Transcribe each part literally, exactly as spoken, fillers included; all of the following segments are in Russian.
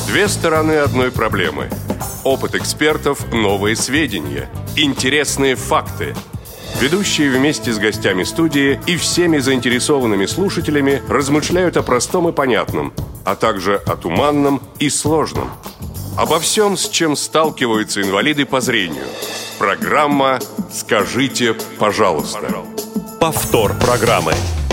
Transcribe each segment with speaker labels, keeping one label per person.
Speaker 1: Две стороны одной проблемы. Опыт экспертов, новые сведения, интересные факты. Ведущие вместе с гостями студии и всеми заинтересованными слушателями размышляют о простом и понятном, а также о туманном и сложном. Обо всем, с чем сталкиваются инвалиды по зрению. Программа «Скажите, пожалуйста».
Speaker 2: Повтор программы.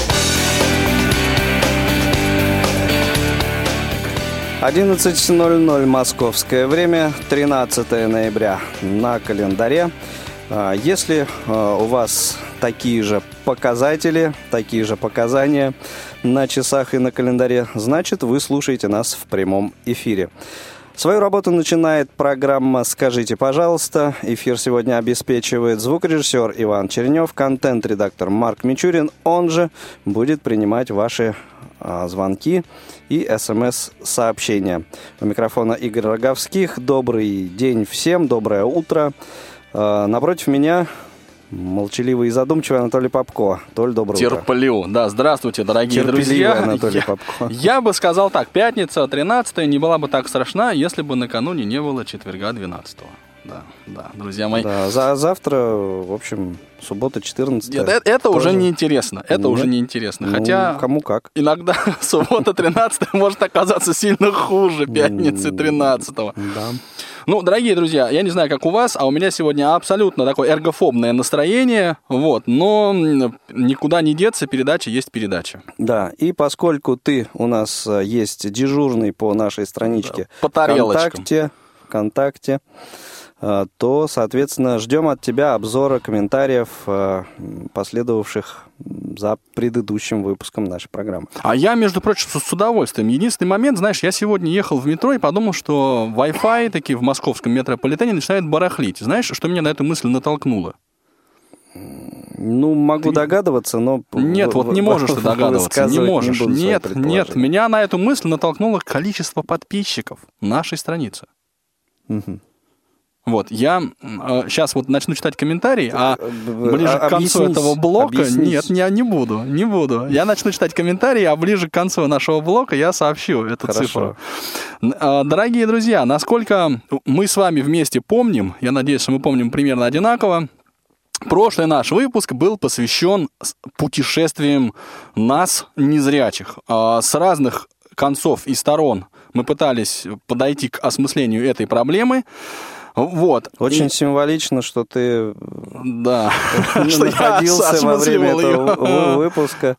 Speaker 3: одиннадцать ноль ноль московское время, тринадцатое ноября на календаре. Если у вас такие же показатели, такие же показания на часах и на календаре, значит, вы слушаете нас в прямом эфире. Свою работу начинает программа «Скажите, пожалуйста». Эфир сегодня обеспечивает звукорежиссер Иван Чернев, контент-редактор Марк Мичурин. Он же будет принимать ваши а, звонки и смс-сообщения. У микрофона Игорь Роговских. Добрый день всем, доброе утро. А, напротив меня молчаливый и задумчивый Анатолий Попко. Толь, доброе утро.
Speaker 4: Терплю. Да, здравствуйте, дорогие
Speaker 3: Терпеливый
Speaker 4: друзья.
Speaker 3: Анатолий
Speaker 4: я,
Speaker 3: Попко.
Speaker 4: Я бы сказал так, пятница тринадцатое не была бы так страшна, если бы накануне не было четверга двенадцатого. Да, да, друзья мои.
Speaker 3: Да, за, завтра, в общем, суббота четырнадцатое.
Speaker 4: Это, это
Speaker 3: тоже...
Speaker 4: уже неинтересно. Это
Speaker 3: Нет.
Speaker 4: уже неинтересно.
Speaker 3: Ну,
Speaker 4: Хотя
Speaker 3: кому как.
Speaker 4: Иногда суббота тринадцатое может оказаться сильно хуже пятницы тринадцатого.
Speaker 3: Да.
Speaker 4: Ну, дорогие друзья, я не знаю, как у вас, а у меня сегодня абсолютно такое эргофобное настроение, вот, но никуда не деться, передача есть передача.
Speaker 3: Да, и поскольку ты у нас есть дежурный по нашей страничке,
Speaker 4: да, по тарелочкам.
Speaker 3: ВКонтакте, ВКонтакте, то, соответственно, ждем от тебя обзора комментариев, последовавших за предыдущим выпуском нашей программы.
Speaker 4: А я, между прочим, с удовольствием. Единственный момент, знаешь, я сегодня ехал в метро и подумал, что Wi-Fi таки в московском метрополитене начинает барахлить. Знаешь, что меня на эту мысль натолкнуло?
Speaker 3: Ну, могу
Speaker 4: ты...
Speaker 3: догадываться, но...
Speaker 4: Нет, вот не можешь ты догадываться, не можешь.
Speaker 3: Не
Speaker 4: нет, нет, меня на эту мысль натолкнуло количество подписчиков нашей страницы.
Speaker 3: Угу. Вот,
Speaker 4: я э, сейчас вот начну читать комментарии, а ближе а, к концу этого блока...
Speaker 3: Объяснись.
Speaker 4: Нет, я не буду, не буду. Я начну читать комментарии, а ближе к концу нашего блока я сообщу эту
Speaker 3: Хорошо.
Speaker 4: цифру. Э, дорогие друзья, насколько мы с вами вместе помним, я надеюсь, что мы помним примерно одинаково, прошлый наш выпуск был посвящен путешествиям нас, незрячих, э, с разных концов и сторон. Мы пытались подойти к осмыслению этой проблемы. Вот.
Speaker 3: Очень
Speaker 4: и...
Speaker 3: символично, что ты
Speaker 4: да.
Speaker 3: находился во время этого выпуска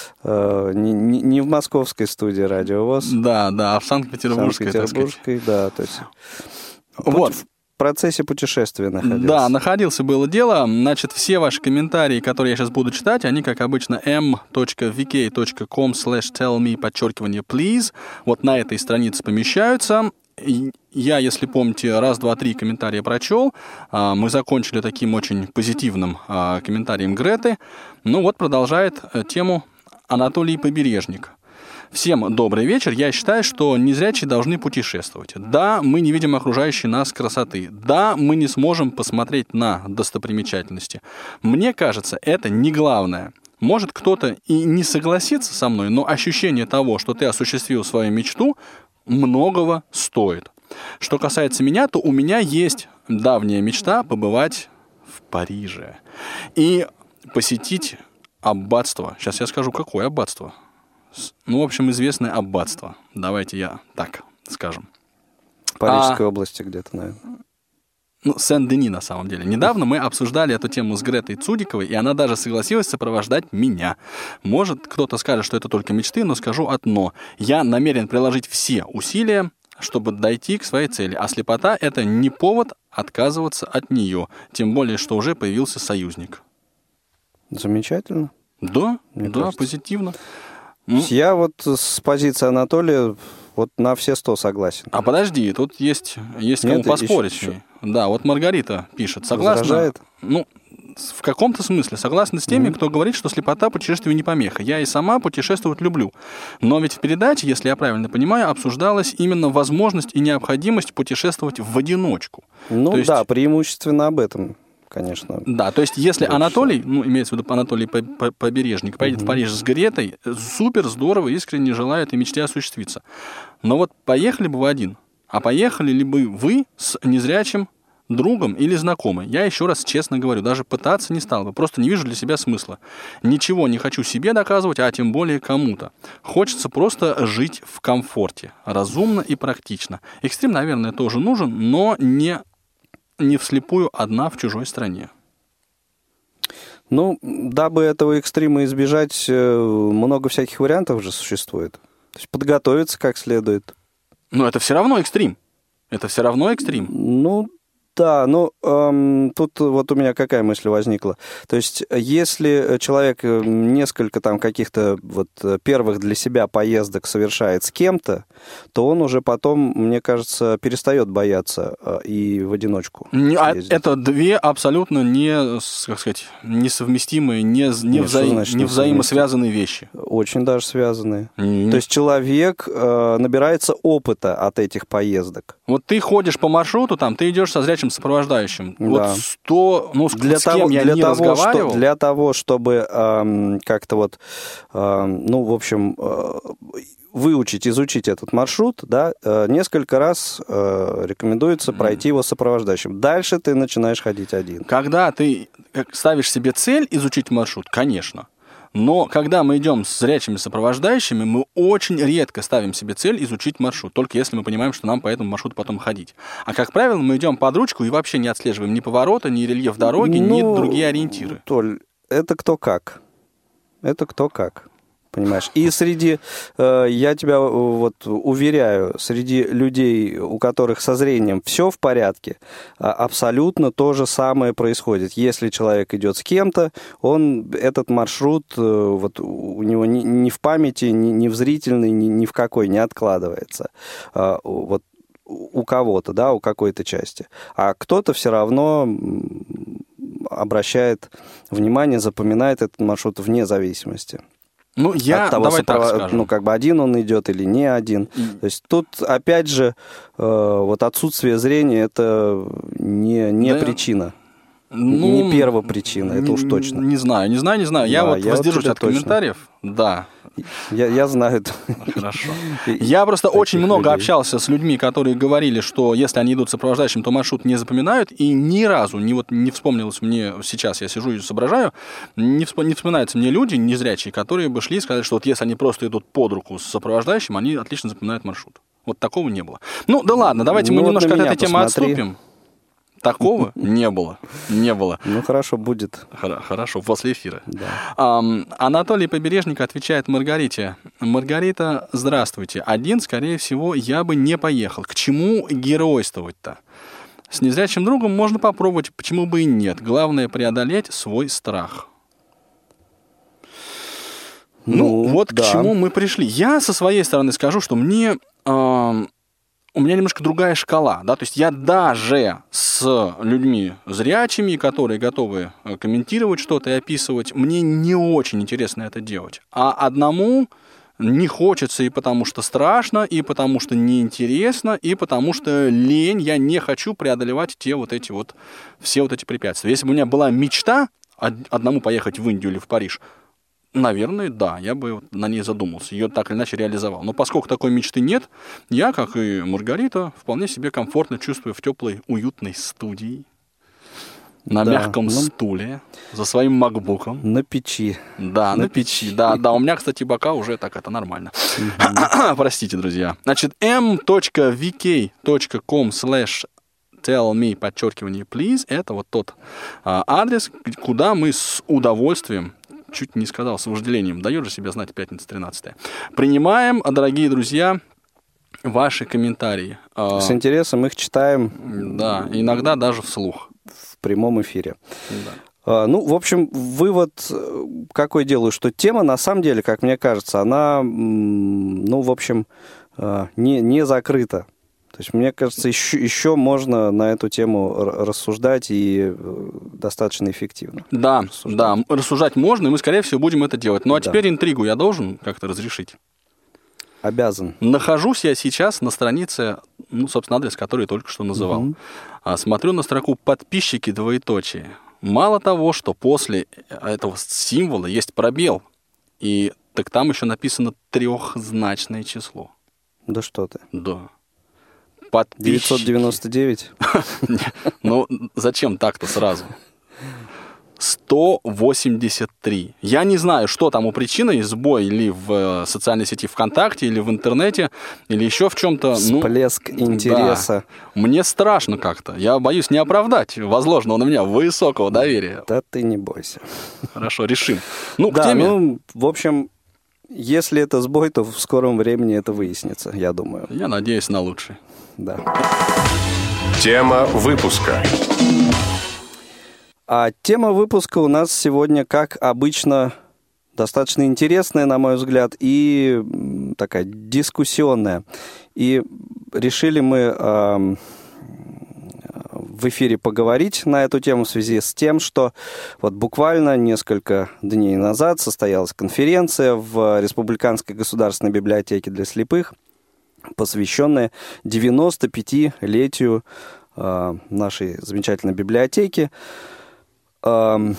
Speaker 3: не в московской студии Радио ВОС.
Speaker 4: Да, да, а в Санкт-Петербургской.
Speaker 3: Санкт-Петербургской, да. То есть вот. В процессе путешествия находился.
Speaker 4: Да, находился, было дело. Значит, все ваши комментарии, которые я сейчас буду читать, они, как обычно, эм точка ви кей точка ком слэш тэлл ми подчеркивание please. Вот на этой странице помещаются. Я, если помните, раз, два, три комментария прочел. Мы закончили таким очень позитивным комментарием Греты. Ну вот, продолжает тему Анатолий Побережник. Всем добрый вечер. Я считаю, что незрячие должны путешествовать. Да, мы не видим окружающей нас красоты. Да, мы не сможем посмотреть на достопримечательности. Мне кажется, это не главное. Может, кто-то и не согласится со мной, но ощущение того, что ты осуществил свою мечту, многого стоит. Что касается меня, то у меня есть давняя мечта побывать в Париже и посетить аббатство. Сейчас я скажу, какое аббатство. Ну, в общем, известное аббатство. Давайте я так скажем.
Speaker 3: В Парижской а... области где-то, наверное.
Speaker 4: Ну, Сен-Дени, на самом деле. Недавно мы обсуждали эту тему с Гретой Цудиковой, и она даже согласилась сопровождать меня. Может, кто-то скажет, что это только мечты, но скажу одно. Я намерен приложить все усилия, чтобы дойти к своей цели. А слепота — это не повод отказываться от нее. Тем более, что уже появился союзник.
Speaker 3: Замечательно.
Speaker 4: Да,
Speaker 3: Мне
Speaker 4: да,
Speaker 3: кажется.
Speaker 4: позитивно.
Speaker 3: Я вот с позиции Анатолия вот на все сто согласен.
Speaker 4: А подожди, тут есть, есть
Speaker 3: Нет,
Speaker 4: кому поспорить.
Speaker 3: еще...
Speaker 4: Да, вот Маргарита пишет. Согласна?
Speaker 3: Возражает?
Speaker 4: Ну, в каком-то смысле согласна с теми, mm-hmm. кто говорит, что слепота путешествию не помеха. Я и сама путешествовать люблю. Но ведь в передаче, если я правильно понимаю, обсуждалась именно возможность и необходимость путешествовать в одиночку.
Speaker 3: Ну
Speaker 4: есть...
Speaker 3: да, преимущественно об этом, конечно.
Speaker 4: Да, то есть если
Speaker 3: больше.
Speaker 4: Анатолий, ну, имеется в виду Анатолий Побережник, поедет mm-hmm. в Париж с Гретой, супер, здорово, искренне желаю этой мечте осуществиться. Но вот поехали бы вы один. А поехали ли бы вы с незрячим другом или знакомый? Я еще раз честно говорю, даже пытаться не стал бы. Просто не вижу для себя смысла. Ничего не хочу себе доказывать, а тем более кому-то. Хочется просто жить в комфорте. Разумно и практично. Экстрим, наверное, тоже нужен, но не, не вслепую одна в чужой стране.
Speaker 3: Ну, дабы этого экстрима избежать, много всяких вариантов же существует. То есть подготовиться как следует.
Speaker 4: Но это все равно экстрим. Это все равно экстрим.
Speaker 3: Ну, да, ну, эм, тут вот у меня какая мысль возникла. То есть, если человек несколько там каких-то вот первых для себя поездок совершает с кем-то, то он уже потом, мне кажется, перестает бояться и в одиночку ездить.
Speaker 4: Это две абсолютно не, как сказать, несовместимые, не, не,
Speaker 3: Нет,
Speaker 4: вза...
Speaker 3: значит,
Speaker 4: не взаимосвязанные вещи.
Speaker 3: Очень даже связанные.
Speaker 4: Mm-hmm.
Speaker 3: То есть, человек э, набирается опыта от этих поездок.
Speaker 4: Вот ты ходишь по маршруту, там, ты идешь со зрячим сопровождающим.
Speaker 3: Да.
Speaker 4: Вот сто, ну,
Speaker 3: для
Speaker 4: с
Speaker 3: того,
Speaker 4: кем я
Speaker 3: для
Speaker 4: не
Speaker 3: того,
Speaker 4: разговаривал.
Speaker 3: Что, для того, чтобы эм, как-то вот, эм, ну, в общем, э, выучить, изучить этот маршрут, да, э, несколько раз э, рекомендуется пройти его сопровождающим. Дальше ты начинаешь ходить один.
Speaker 4: Когда ты ставишь себе цель изучить маршрут, конечно. Но когда мы идем с зрячими сопровождающими, мы очень редко ставим себе цель изучить маршрут, только если мы понимаем, что нам по этому маршруту потом ходить. А, как правило, мы идем под ручку и вообще не отслеживаем ни поворота, ни рельеф дороги, ну, ни другие ориентиры.
Speaker 3: Толь, это кто как. Это кто как. Понимаешь? И среди, э, я тебя вот уверяю, среди людей, у которых со зрением все в порядке, абсолютно то же самое происходит. Если человек идет с кем-то, он этот маршрут, э, вот у него ни, ни в памяти, ни, ни в зрительной, ни, ни в какой не откладывается. Э, вот у кого-то, да, у какой-то части. А кто-то все равно обращает внимание, запоминает этот маршрут вне зависимости.
Speaker 4: Ну, я,
Speaker 3: от того,
Speaker 4: давай
Speaker 3: соправ...
Speaker 4: так скажем.
Speaker 3: Ну, как бы один он идет или не один. Mm. То есть тут, опять же, э, вот отсутствие зрения – это не, не да. причина. Ну, не первопричина, это уж точно.
Speaker 4: Не знаю, не знаю, не знаю. Я да, вот я воздержусь от точно. комментариев. Да.
Speaker 3: Я, я знаю.
Speaker 4: Хорошо. Я просто очень много людей. общался с людьми, которые говорили, что если они идут сопровождающим, то маршрут не запоминают, и ни разу не, вот, не вспомнилось мне, сейчас я сижу и соображаю, не, всп... не вспоминаются мне люди незрячие, которые бы шли и сказали, что вот если они просто идут под руку с сопровождающим, они отлично запоминают маршрут. Вот такого не было. Ну, да ладно, давайте ну, мы вот немножко от этой темы отступим. Такого не было. Не было.
Speaker 3: Ну, хорошо, будет.
Speaker 4: Хорошо, после эфира.
Speaker 3: Да.
Speaker 4: Um, Анатолий Побережник отвечает Маргарите. Маргарита, здравствуйте. Один, скорее всего, я бы не поехал. К чему геройствовать-то? С незрячим другом можно попробовать, почему бы и нет. Главное преодолеть свой страх. Ну, ну вот да. к чему мы пришли. Я со своей стороны скажу, что мне... Э, у меня немножко другая шкала, да, то есть я даже с людьми зрячими, которые готовы комментировать что-то и описывать, мне не очень интересно это делать. А одному не хочется и потому что страшно, и потому что неинтересно, и потому что лень, я не хочу преодолевать те вот эти вот, все вот эти препятствия. Если бы у меня была мечта одному поехать в Индию или в Париж, наверное, да, я бы на ней задумался, ее так или иначе реализовал. Но поскольку такой мечты нет, я, как и Маргарита, вполне себе комфортно чувствую в теплой, уютной студии, на да, мягком ну, стуле, за своим макбуком.
Speaker 3: На печи.
Speaker 4: Да, на, на печи. печи. Да, да, у меня, кстати, бока уже так, это нормально. Простите, друзья. Значит, эм точка ви кей точка ком слэш tell me, подчеркивание, please, это вот тот а, адрес, куда мы с удовольствием, чуть не сказал, с вожделением, дает же себя знать пятница тринадцатое. Принимаем, дорогие друзья, ваши комментарии.
Speaker 3: С интересом их читаем.
Speaker 4: Да, иногда даже вслух.
Speaker 3: В прямом эфире.
Speaker 4: Да.
Speaker 3: Ну, в общем, вывод какой делаю, что тема, на самом деле, как мне кажется, она, ну, в общем, не, не закрыта. То есть, мне кажется, еще, еще можно на эту тему рассуждать и достаточно эффективно.
Speaker 4: Да,
Speaker 3: рассуждать.
Speaker 4: да, рассуждать можно, и мы, скорее всего, будем это делать. Ну, а да. теперь интригу я должен как-то разрешить?
Speaker 3: Обязан.
Speaker 4: Нахожусь я сейчас на странице, ну, собственно, адрес, который я только что называл. Угу. Смотрю на строку «Подписчики», двоеточие. Мало того, что после этого символа есть пробел, и так там еще написано трехзначное число.
Speaker 3: Да что ты.
Speaker 4: Да. подписчики.
Speaker 3: девятьсот девяносто девять?
Speaker 4: Ну, зачем так-то сразу? сто восемьдесят три. Я не знаю, что там у причины, сбой или в социальной сети ВКонтакте, или в интернете, или еще в чем-то.
Speaker 3: Всплеск ну, интереса.
Speaker 4: Да. Мне страшно как-то. Я боюсь не оправдать возложенного на меня высокого доверия.
Speaker 3: Да ты не бойся.
Speaker 4: Хорошо, решим. Ну,
Speaker 3: да,
Speaker 4: к теме...
Speaker 3: ну, в общем, если это сбой, то в скором времени это выяснится, я думаю.
Speaker 4: Я надеюсь на лучшее.
Speaker 3: Да.
Speaker 1: Тема выпуска.
Speaker 3: А тема выпуска у нас сегодня, как обычно, достаточно интересная, на мой взгляд, и такая дискуссионная. И решили мы э, в эфире поговорить на эту тему в связи с тем, что вот буквально несколько дней назад состоялась конференция в Республиканской государственной библиотеке для слепых, посвященная девяносто пятилетию э, нашей замечательной библиотеки. В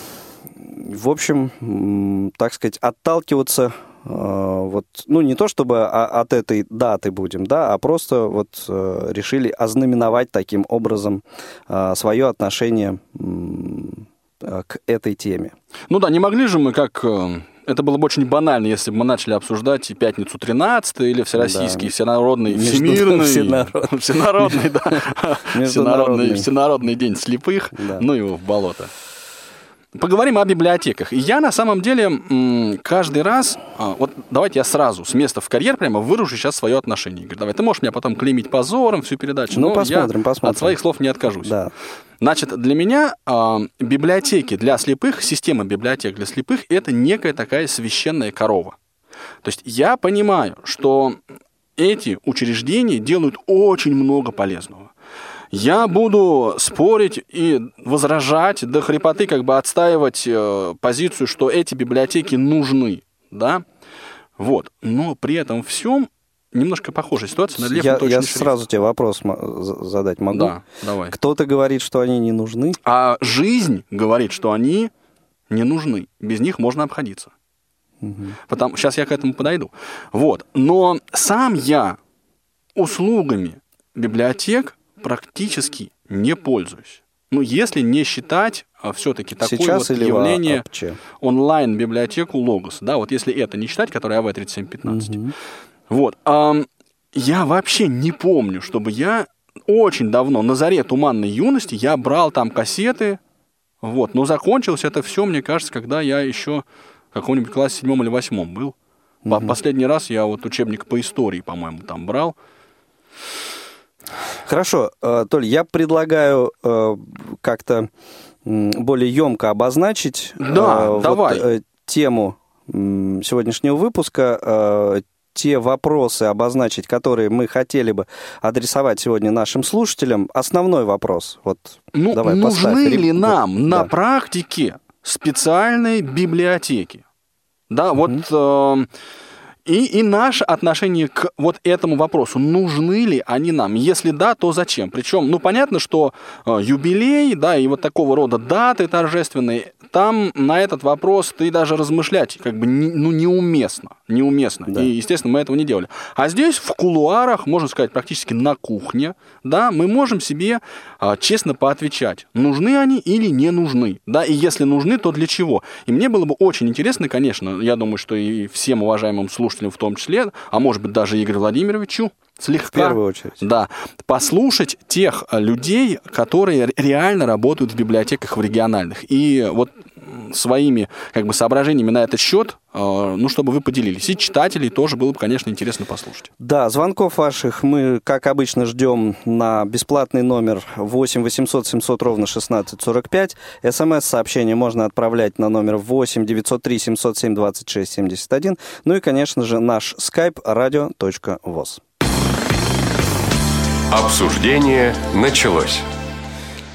Speaker 3: общем, так сказать, отталкиваться, вот, ну, не то чтобы от этой даты будем, да, а просто вот решили ознаменовать таким образом свое отношение к этой теме.
Speaker 4: Ну да, не могли же мы как... Это было бы очень банально, если бы мы начали обсуждать и пятницу тринадцатое, или всероссийский, да. всенародный, всемирный,
Speaker 3: всенародный,
Speaker 4: всенародный, да, всенародный, всенародный день слепых, да. Ну его в болото. Поговорим о библиотеках. И я на самом деле каждый раз, вот давайте я сразу с места в карьер прямо вырушу сейчас свое отношение. Говорю, давай, ты можешь меня потом клеймить позором всю передачу,
Speaker 3: ну,
Speaker 4: но
Speaker 3: посмотрим,
Speaker 4: я
Speaker 3: посмотрим.
Speaker 4: от своих слов не откажусь.
Speaker 3: Да.
Speaker 4: Значит, для меня э, библиотеки для слепых, система библиотек для слепых – это некая такая священная корова. То есть я понимаю, что эти учреждения делают очень много полезного. Я буду спорить и возражать до хрипоты, как бы отстаивать э, позицию, что эти библиотеки нужны, да, вот. Но при этом всем немножко похожая ситуация на Лев
Speaker 3: Я,
Speaker 4: точный
Speaker 3: я
Speaker 4: шрифт.
Speaker 3: Сразу тебе вопрос задать могу.
Speaker 4: Да, давай.
Speaker 3: Кто-то говорит, что они не нужны.
Speaker 4: А жизнь говорит, что они не нужны. Без них можно обходиться. Угу. Потому, сейчас я к этому подойду. Вот. Но сам я услугами библиотек практически не пользуюсь. Ну, если не считать а, все-таки такое
Speaker 3: Сейчас
Speaker 4: вот
Speaker 3: или
Speaker 4: явление
Speaker 3: вообще?
Speaker 4: Онлайн-библиотеку Логос. Да, вот если это не считать, которая эй ви тридцать семь пятнадцать. Угу. Вот. А, я вообще не помню, чтобы я очень давно, на заре туманной юности, я брал там кассеты. Вот. Но закончилось это все, мне кажется, когда я еще в каком-нибудь классе седьмом или восьмом был. Угу. Последний раз я вот учебник по истории, по-моему, там брал.
Speaker 3: Хорошо, Толь, я предлагаю как-то более емко обозначить
Speaker 4: да,
Speaker 3: вот
Speaker 4: давай.
Speaker 3: тему сегодняшнего выпуска, те вопросы обозначить, которые мы хотели бы адресовать сегодня нашим слушателям. Основной вопрос. Вот,
Speaker 4: ну,
Speaker 3: давай,
Speaker 4: нужны ли
Speaker 3: вот,
Speaker 4: нам
Speaker 3: да.
Speaker 4: на практике специальные библиотеки? Да, mm-hmm. вот... Э- И, и наше отношение к вот этому вопросу, нужны ли они нам? Если да, то зачем? Причем, ну, понятно, что э, юбилей, да, и вот такого рода даты торжественные, там на этот вопрос ты даже размышлять как бы не, ну, неуместно. Неуместно. Да. И, естественно, мы этого не делали. А здесь в кулуарах, можно сказать, практически на кухне, да, мы можем себе э, честно поотвечать, нужны они или не нужны. Да, и если нужны, то для чего? И мне было бы очень интересно, конечно, я думаю, что и всем уважаемым слушателям в том числе, а может быть даже Игорю Владимировичу, слегка,
Speaker 3: в первую очередь,
Speaker 4: да, послушать тех людей, которые реально работают в библиотеках в региональных. И вот своими как бы соображениями на этот счет, ну, чтобы вы поделились. И читателей тоже было бы, конечно, интересно послушать.
Speaker 3: Да, звонков ваших мы, как обычно, ждем на бесплатный номер восемь восемьсот семьсот ровно шестнадцать сорок пять. СМС-сообщение можно отправлять на номер восемь девятьсот три семьсот семь двадцать шесть семьдесят один. Ну и, конечно же, наш skype радио точка воз.
Speaker 1: Обсуждение началось.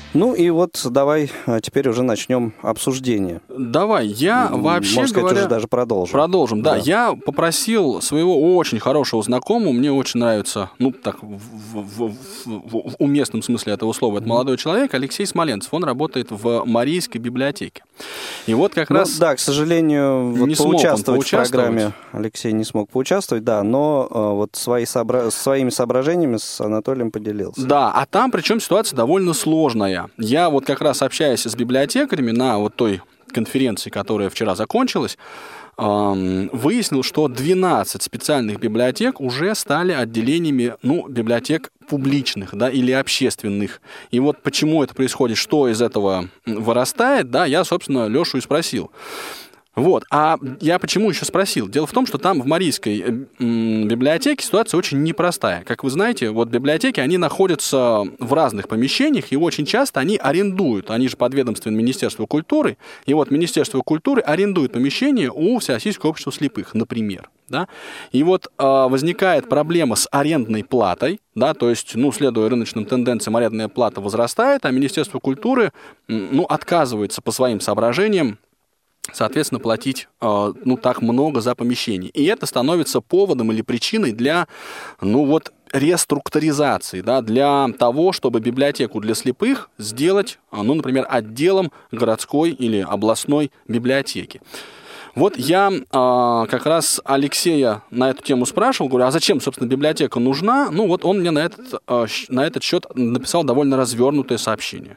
Speaker 3: Ну и вот давай теперь уже начнем обсуждение.
Speaker 4: Давай, я вообще
Speaker 3: Можно сказать,
Speaker 4: говоря...
Speaker 3: уже даже продолжим.
Speaker 4: Продолжим, да.
Speaker 3: Да.
Speaker 4: Я попросил своего очень хорошего знакомого, мне очень нравится, ну, так, в, в, в, в, в уместном смысле этого слова, это молодой человек, Алексей Смоленцев. Он работает в Марийской библиотеке. И вот как
Speaker 3: ну,
Speaker 4: раз...
Speaker 3: Да, к сожалению, вот
Speaker 4: не смог он
Speaker 3: поучаствовать в
Speaker 4: поучаствовать.
Speaker 3: программе Алексей не смог поучаствовать, да, но э, вот свои сообра... своими соображениями с Анатолием поделился.
Speaker 4: Да, а там причем ситуация довольно сложная. Я вот как раз общаюсь с библиотекарями на вот той конференции, которая вчера закончилась, эм, выяснил, что двенадцать специальных библиотек уже стали отделениями, ну, библиотек публичных, да, или общественных. И вот почему это происходит, что из этого вырастает, да, я, собственно, Лешу и спросил. Вот. А я почему еще спросил? Дело в том, что там в Марийской м, библиотеке ситуация очень непростая. Как вы знаете, вот библиотеки, они находятся в разных помещениях, и очень часто они арендуют. Они же подведомственны Министерству культуры. И вот Министерство культуры арендует помещение у Всероссийского общества слепых, например. Да? И вот э, возникает проблема с арендной платой, да, то есть, ну, следуя рыночным тенденциям, арендная плата возрастает, а Министерство культуры, ну, отказывается по своим соображениям, соответственно, платить, э, ну, так много за помещение. И это становится поводом или причиной для, ну, вот, реструктуризации, да, для того, чтобы библиотеку для слепых сделать, ну, например, отделом городской или областной библиотеки. Вот я э, как раз Алексея на эту тему спрашивал, говорю, а зачем, собственно, библиотека нужна? Ну, вот он мне на этот, э, на этот счет написал довольно развернутое сообщение.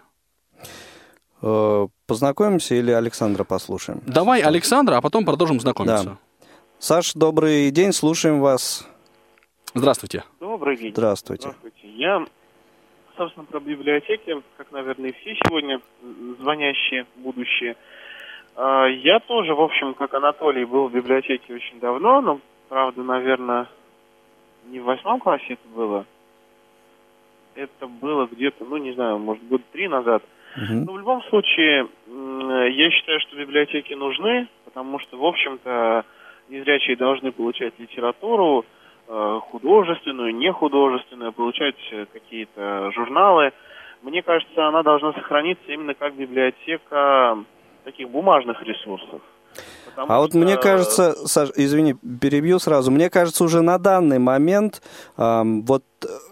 Speaker 3: Познакомимся или Александра послушаем?
Speaker 4: Давай Александра, а потом продолжим знакомиться.
Speaker 3: Да. Саш, добрый день, слушаем вас.
Speaker 4: Здравствуйте.
Speaker 5: Добрый день.
Speaker 3: Здравствуйте.
Speaker 5: Здравствуйте. Я, собственно, про библиотеки, как, наверное, и все сегодня звонящие, будущие. Я тоже, в общем, как Анатолий, был в библиотеке очень давно, но, правда, наверное, не в восьмом классе это было. Это было где-то, ну, не знаю, может, года три назад.
Speaker 3: Угу.
Speaker 5: Но в любом случае, я считаю, что библиотеки нужны, потому что, в общем-то, незрячие должны получать литературу, художественную, нехудожественную, получать какие-то журналы. Мне кажется, она должна сохраниться именно как библиотека таких бумажных ресурсов.
Speaker 3: А
Speaker 5: что...
Speaker 3: вот мне кажется, Саш, извини, перебью сразу, мне кажется, уже на данный момент э, вот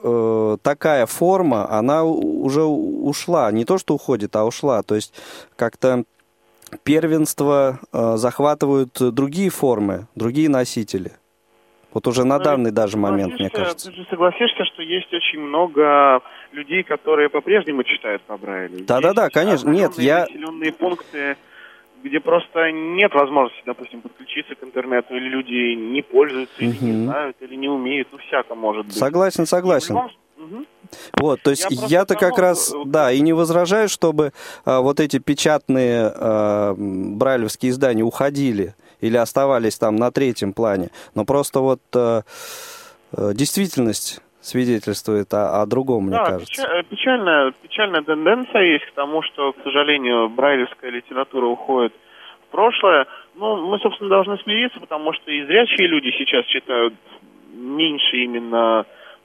Speaker 3: э, такая форма, она уже ушла. Не то, что уходит, а ушла. То есть как-то первенство э, захватывают другие формы, другие носители. Вот уже на
Speaker 5: Но
Speaker 3: данный даже момент, мне кажется.
Speaker 5: Ты же согласишься, что есть очень много людей, которые по-прежнему читают по Брайлю.
Speaker 3: Да-да-да, конечно. Нет, я...
Speaker 5: населенные пункты, где просто нет возможности, допустим, подключиться к интернету, или люди не пользуются, или
Speaker 3: Угу.
Speaker 5: не знают, или не умеют, ну, всяко может быть.
Speaker 3: Согласен, согласен.
Speaker 5: Любом... Угу.
Speaker 3: Вот, то есть
Speaker 5: Я
Speaker 3: я-то как
Speaker 5: тому...
Speaker 3: раз, да, и не возражаю, чтобы а, вот эти печатные а, брайлевские издания уходили или оставались там на третьем плане, но просто вот а, а, действительность свидетельствует о, о другом, мне
Speaker 5: да,
Speaker 3: кажется.
Speaker 5: Печаль, печальная, печальная тенденция есть к тому, что, к сожалению, брайлевская литература уходит в прошлое. Ну, мы, собственно, должны смириться, потому что и зрячие люди сейчас читают меньше именно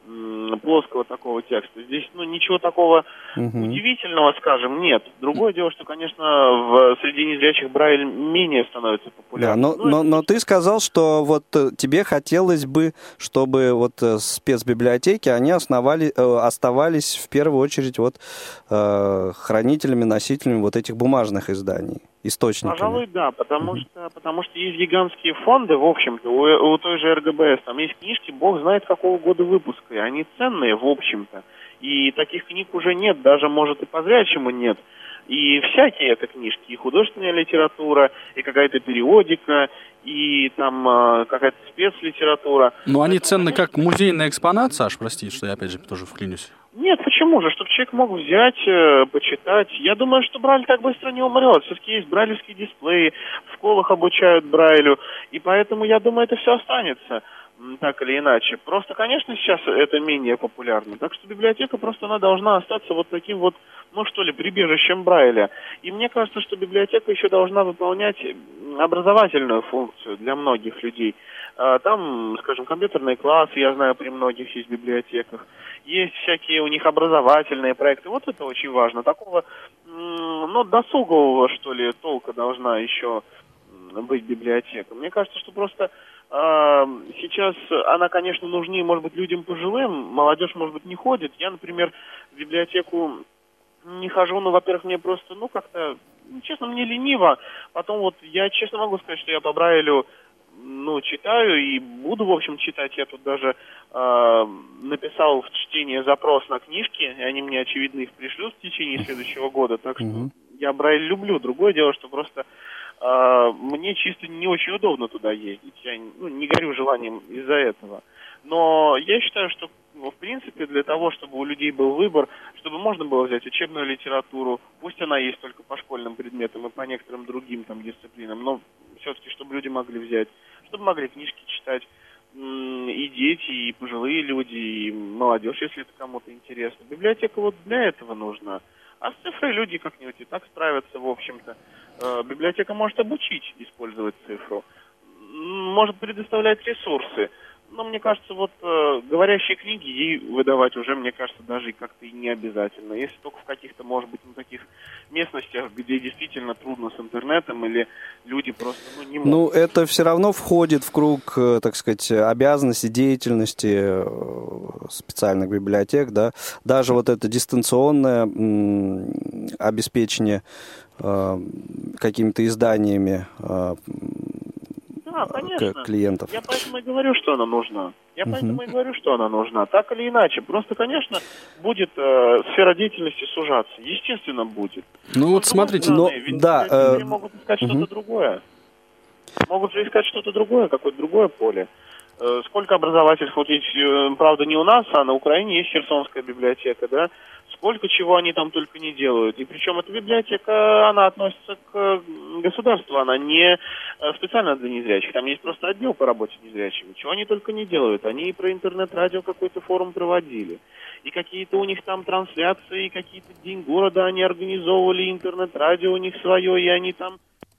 Speaker 5: м, плоского такого текста. Здесь, ну, ничего такого
Speaker 3: Угу.
Speaker 5: удивительного, скажем, нет. Другое дело, что, конечно, в, среди незрячих Брайль менее становится
Speaker 3: Да,
Speaker 5: популярным.
Speaker 3: но,
Speaker 5: Ну,
Speaker 3: но,
Speaker 5: это-
Speaker 3: но ты сказал, что вот э, тебе хотелось бы, чтобы вот э, спецбиблиотеки, они основали, э, оставались в первую очередь вот э, хранителями, носителями вот этих бумажных изданий, источниками.
Speaker 5: Пожалуй, да, потому что, потому что есть гигантские фонды, в общем-то, у, у той же эр гэ бэ эс, там есть книжки, бог знает какого года выпуска, и они ценные, в общем-то. И таких книг уже нет, даже, может, и по-зрячему нет. И всякие это книжки, и художественная литература, и какая-то периодика, и там э, какая-то спецлитература.
Speaker 4: Но они
Speaker 5: Поэтому,
Speaker 4: ценны
Speaker 5: конечно,
Speaker 4: как музейный экспонат, Саш, прости, что я опять же тоже вклинюсь.
Speaker 5: Нет, почему же? Чтобы человек мог взять, э, почитать. Я думаю, что Брайль так быстро не умрет. Все-таки есть брайлевские дисплеи, в школах обучают Брайлю, и поэтому, я думаю, это все останется, м, так или иначе. Просто, конечно, сейчас это менее популярно. Так что библиотека просто она должна остаться вот таким вот, ну что ли, прибежищем Брайля. И мне кажется, что библиотека еще должна выполнять образовательную функцию для многих людей. Там, скажем, компьютерные классы, я знаю, при многих есть библиотеках. Есть всякие у них образовательные проекты. Вот это очень важно. Такого, ну, досугового, что ли, толка должна еще быть библиотека. Мне кажется, что просто э, сейчас она, конечно, нужнее, может быть, людям пожилым. Молодежь, может быть, не ходит. Я, например, в библиотеку не хожу, но, во-первых, мне просто, ну, как-то, честно, мне лениво. Потом вот я честно могу сказать, что я по Брайлю, ну, читаю и буду, в общем, читать. Я тут даже э, написал в чтение запрос на книжки, и они мне, очевидно, их пришлют в течение следующего года. Так что mm-hmm. я Брайль люблю. Другое дело, что просто э, мне чисто не очень удобно туда ездить. Я ну, не горю желанием из-за этого. Но я считаю, что, ну, в принципе, для того, чтобы у людей был выбор, чтобы можно было взять учебную литературу, пусть она есть только по школьным предметам и по некоторым другим там дисциплинам, но все-таки, чтобы люди могли взять, чтобы могли книжки читать и дети, и пожилые люди, и молодежь, если это кому-то интересно. Библиотека вот для этого нужна. А с цифрой люди как-нибудь и так справятся, в общем-то. Библиотека может обучить использовать цифру, может предоставлять ресурсы. Но мне кажется, вот э, говорящие книги ей выдавать уже, мне кажется, даже и как-то и не обязательно. Если только в каких-то, может быть, на таких местностях, где действительно трудно с интернетом, или люди просто ну, не могут.
Speaker 3: Ну, это все равно входит в круг, так сказать, обязанностей, деятельности специальных библиотек, да. Даже вот это дистанционное м, обеспечение э, какими-то изданиями э,
Speaker 5: Да, конечно.
Speaker 3: клиентов.
Speaker 5: Я поэтому и говорю, что она нужна. Я
Speaker 3: uh-huh.
Speaker 5: поэтому и говорю, что она нужна. Так или иначе. Просто, конечно, будет э, сфера деятельности сужаться. Естественно, будет.
Speaker 4: Ну вот смотрите,
Speaker 5: стороны,
Speaker 4: но...
Speaker 5: Ведь
Speaker 3: да,
Speaker 5: люди
Speaker 3: э...
Speaker 5: могут искать
Speaker 3: uh-huh.
Speaker 5: что-то другое. Могут же искать что-то другое, какое-то другое поле. Э, сколько образовательств, вот есть, э, правда, не у нас, а на Украине есть Херсонская библиотека, да? Сколько чего они там только не делают. И причем эта библиотека, она относится к государству, она не специально для незрячих. Там есть просто отдел по работе с незрячими. Чего они только не делают. Они и про интернет-радио какой-то форум проводили. И какие-то у них там трансляции, и какие-то День города они организовывали, интернет-радио у них свое, и они там...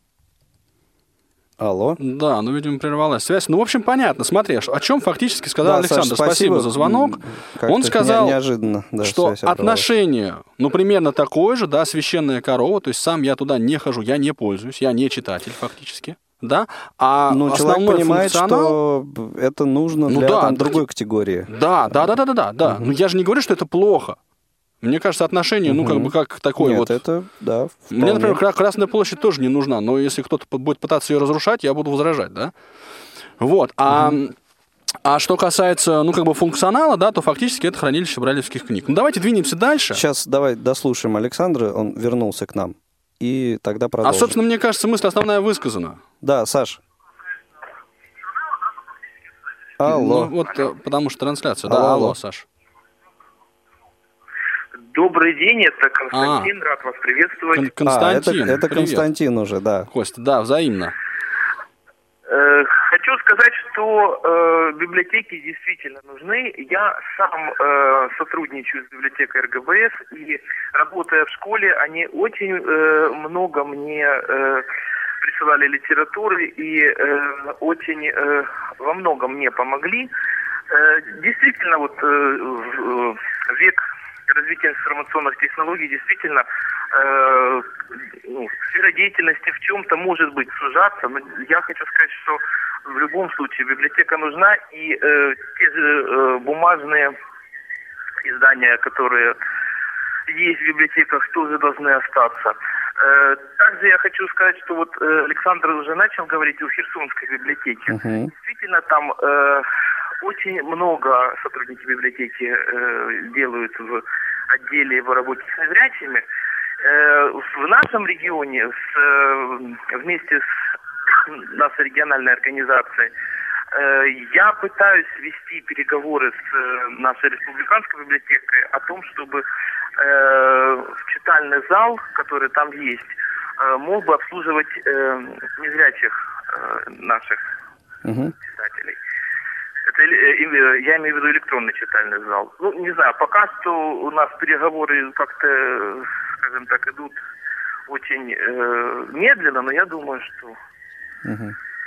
Speaker 3: Алло.
Speaker 4: Да, ну, видимо, прервалась связь. Ну, в общем, понятно. Смотри, о чем фактически сказал
Speaker 3: да,
Speaker 4: Александр.
Speaker 3: Саша,
Speaker 4: спасибо.
Speaker 3: спасибо
Speaker 4: за звонок.
Speaker 3: Как-то
Speaker 4: Он сказал,
Speaker 3: неожиданно, да,
Speaker 4: что отношение, ну, примерно такое же, да, священная корова, то есть сам я туда не хожу, я не пользуюсь, я не читатель фактически, да, а
Speaker 3: Но
Speaker 4: основной
Speaker 3: человек понимает,
Speaker 4: функционал...
Speaker 3: что это нужно
Speaker 4: ну,
Speaker 3: для
Speaker 4: да,
Speaker 3: там,
Speaker 4: да,
Speaker 3: другой категории.
Speaker 4: Да, да, да, да, да, да, да.
Speaker 3: Угу.
Speaker 4: Но я же не говорю, что это плохо. Мне кажется, отношение,
Speaker 3: угу.
Speaker 4: ну, как бы, как такое
Speaker 3: Нет,
Speaker 4: вот...
Speaker 3: это, да, вполне.
Speaker 4: Мне, например, Красная площадь тоже не нужна, но если кто-то будет пытаться ее разрушать, я буду возражать, да? Вот, а... Угу. А что касается, ну, как бы функционала, да, то фактически это хранилище брайлевских книг. Ну, давайте двинемся дальше.
Speaker 3: Сейчас давай дослушаем Александра, он вернулся к нам, и тогда продолжим.
Speaker 4: А, собственно, мне кажется, мысль основная высказана.
Speaker 3: Да, Саш. Алло.
Speaker 4: Ну, вот, алло. Потому что трансляция.
Speaker 3: Алло,
Speaker 4: да, алло,
Speaker 3: алло.
Speaker 4: Саш.
Speaker 6: Добрый день, это Константин,
Speaker 4: а.
Speaker 6: рад вас приветствовать.
Speaker 4: Кон- Константин,
Speaker 3: а, это, это Константин уже, да.
Speaker 4: Костя, да, взаимно.
Speaker 6: Э, хочу сказать, что э, библиотеки действительно нужны. Я сам э, сотрудничаю с библиотекой эр гэ бэ эс, и работая в школе, они очень э, много мне э, присылали литературы и э, очень э, во многом мне помогли. Э, действительно, вот э, век развития информационных технологий действительно э, ну, сфера деятельности в чем-то может быть сужаться, но я хочу сказать, что в любом случае библиотека нужна, и э, те же э, бумажные издания, которые есть в библиотеках, тоже должны остаться. Э, также я хочу сказать, что вот э, Александр уже начал говорить о Херсонской библиотеке. Uh-huh. Действительно, там э, очень много сотрудники библиотеки э, делают в отделе по работе с незрячими. Э, в нашем регионе с, э, вместе с нашей региональной организацией э, я пытаюсь вести переговоры с э, нашей республиканской библиотекой о том, чтобы э, читальный зал, который там есть, э, мог бы обслуживать э, незрячих э, наших uh-huh. читателей. Это, я имею в виду электронный читальный зал. Ну, не знаю, пока что у нас переговоры как-то, скажем так, идут очень э, медленно, но я думаю, что, uh-huh.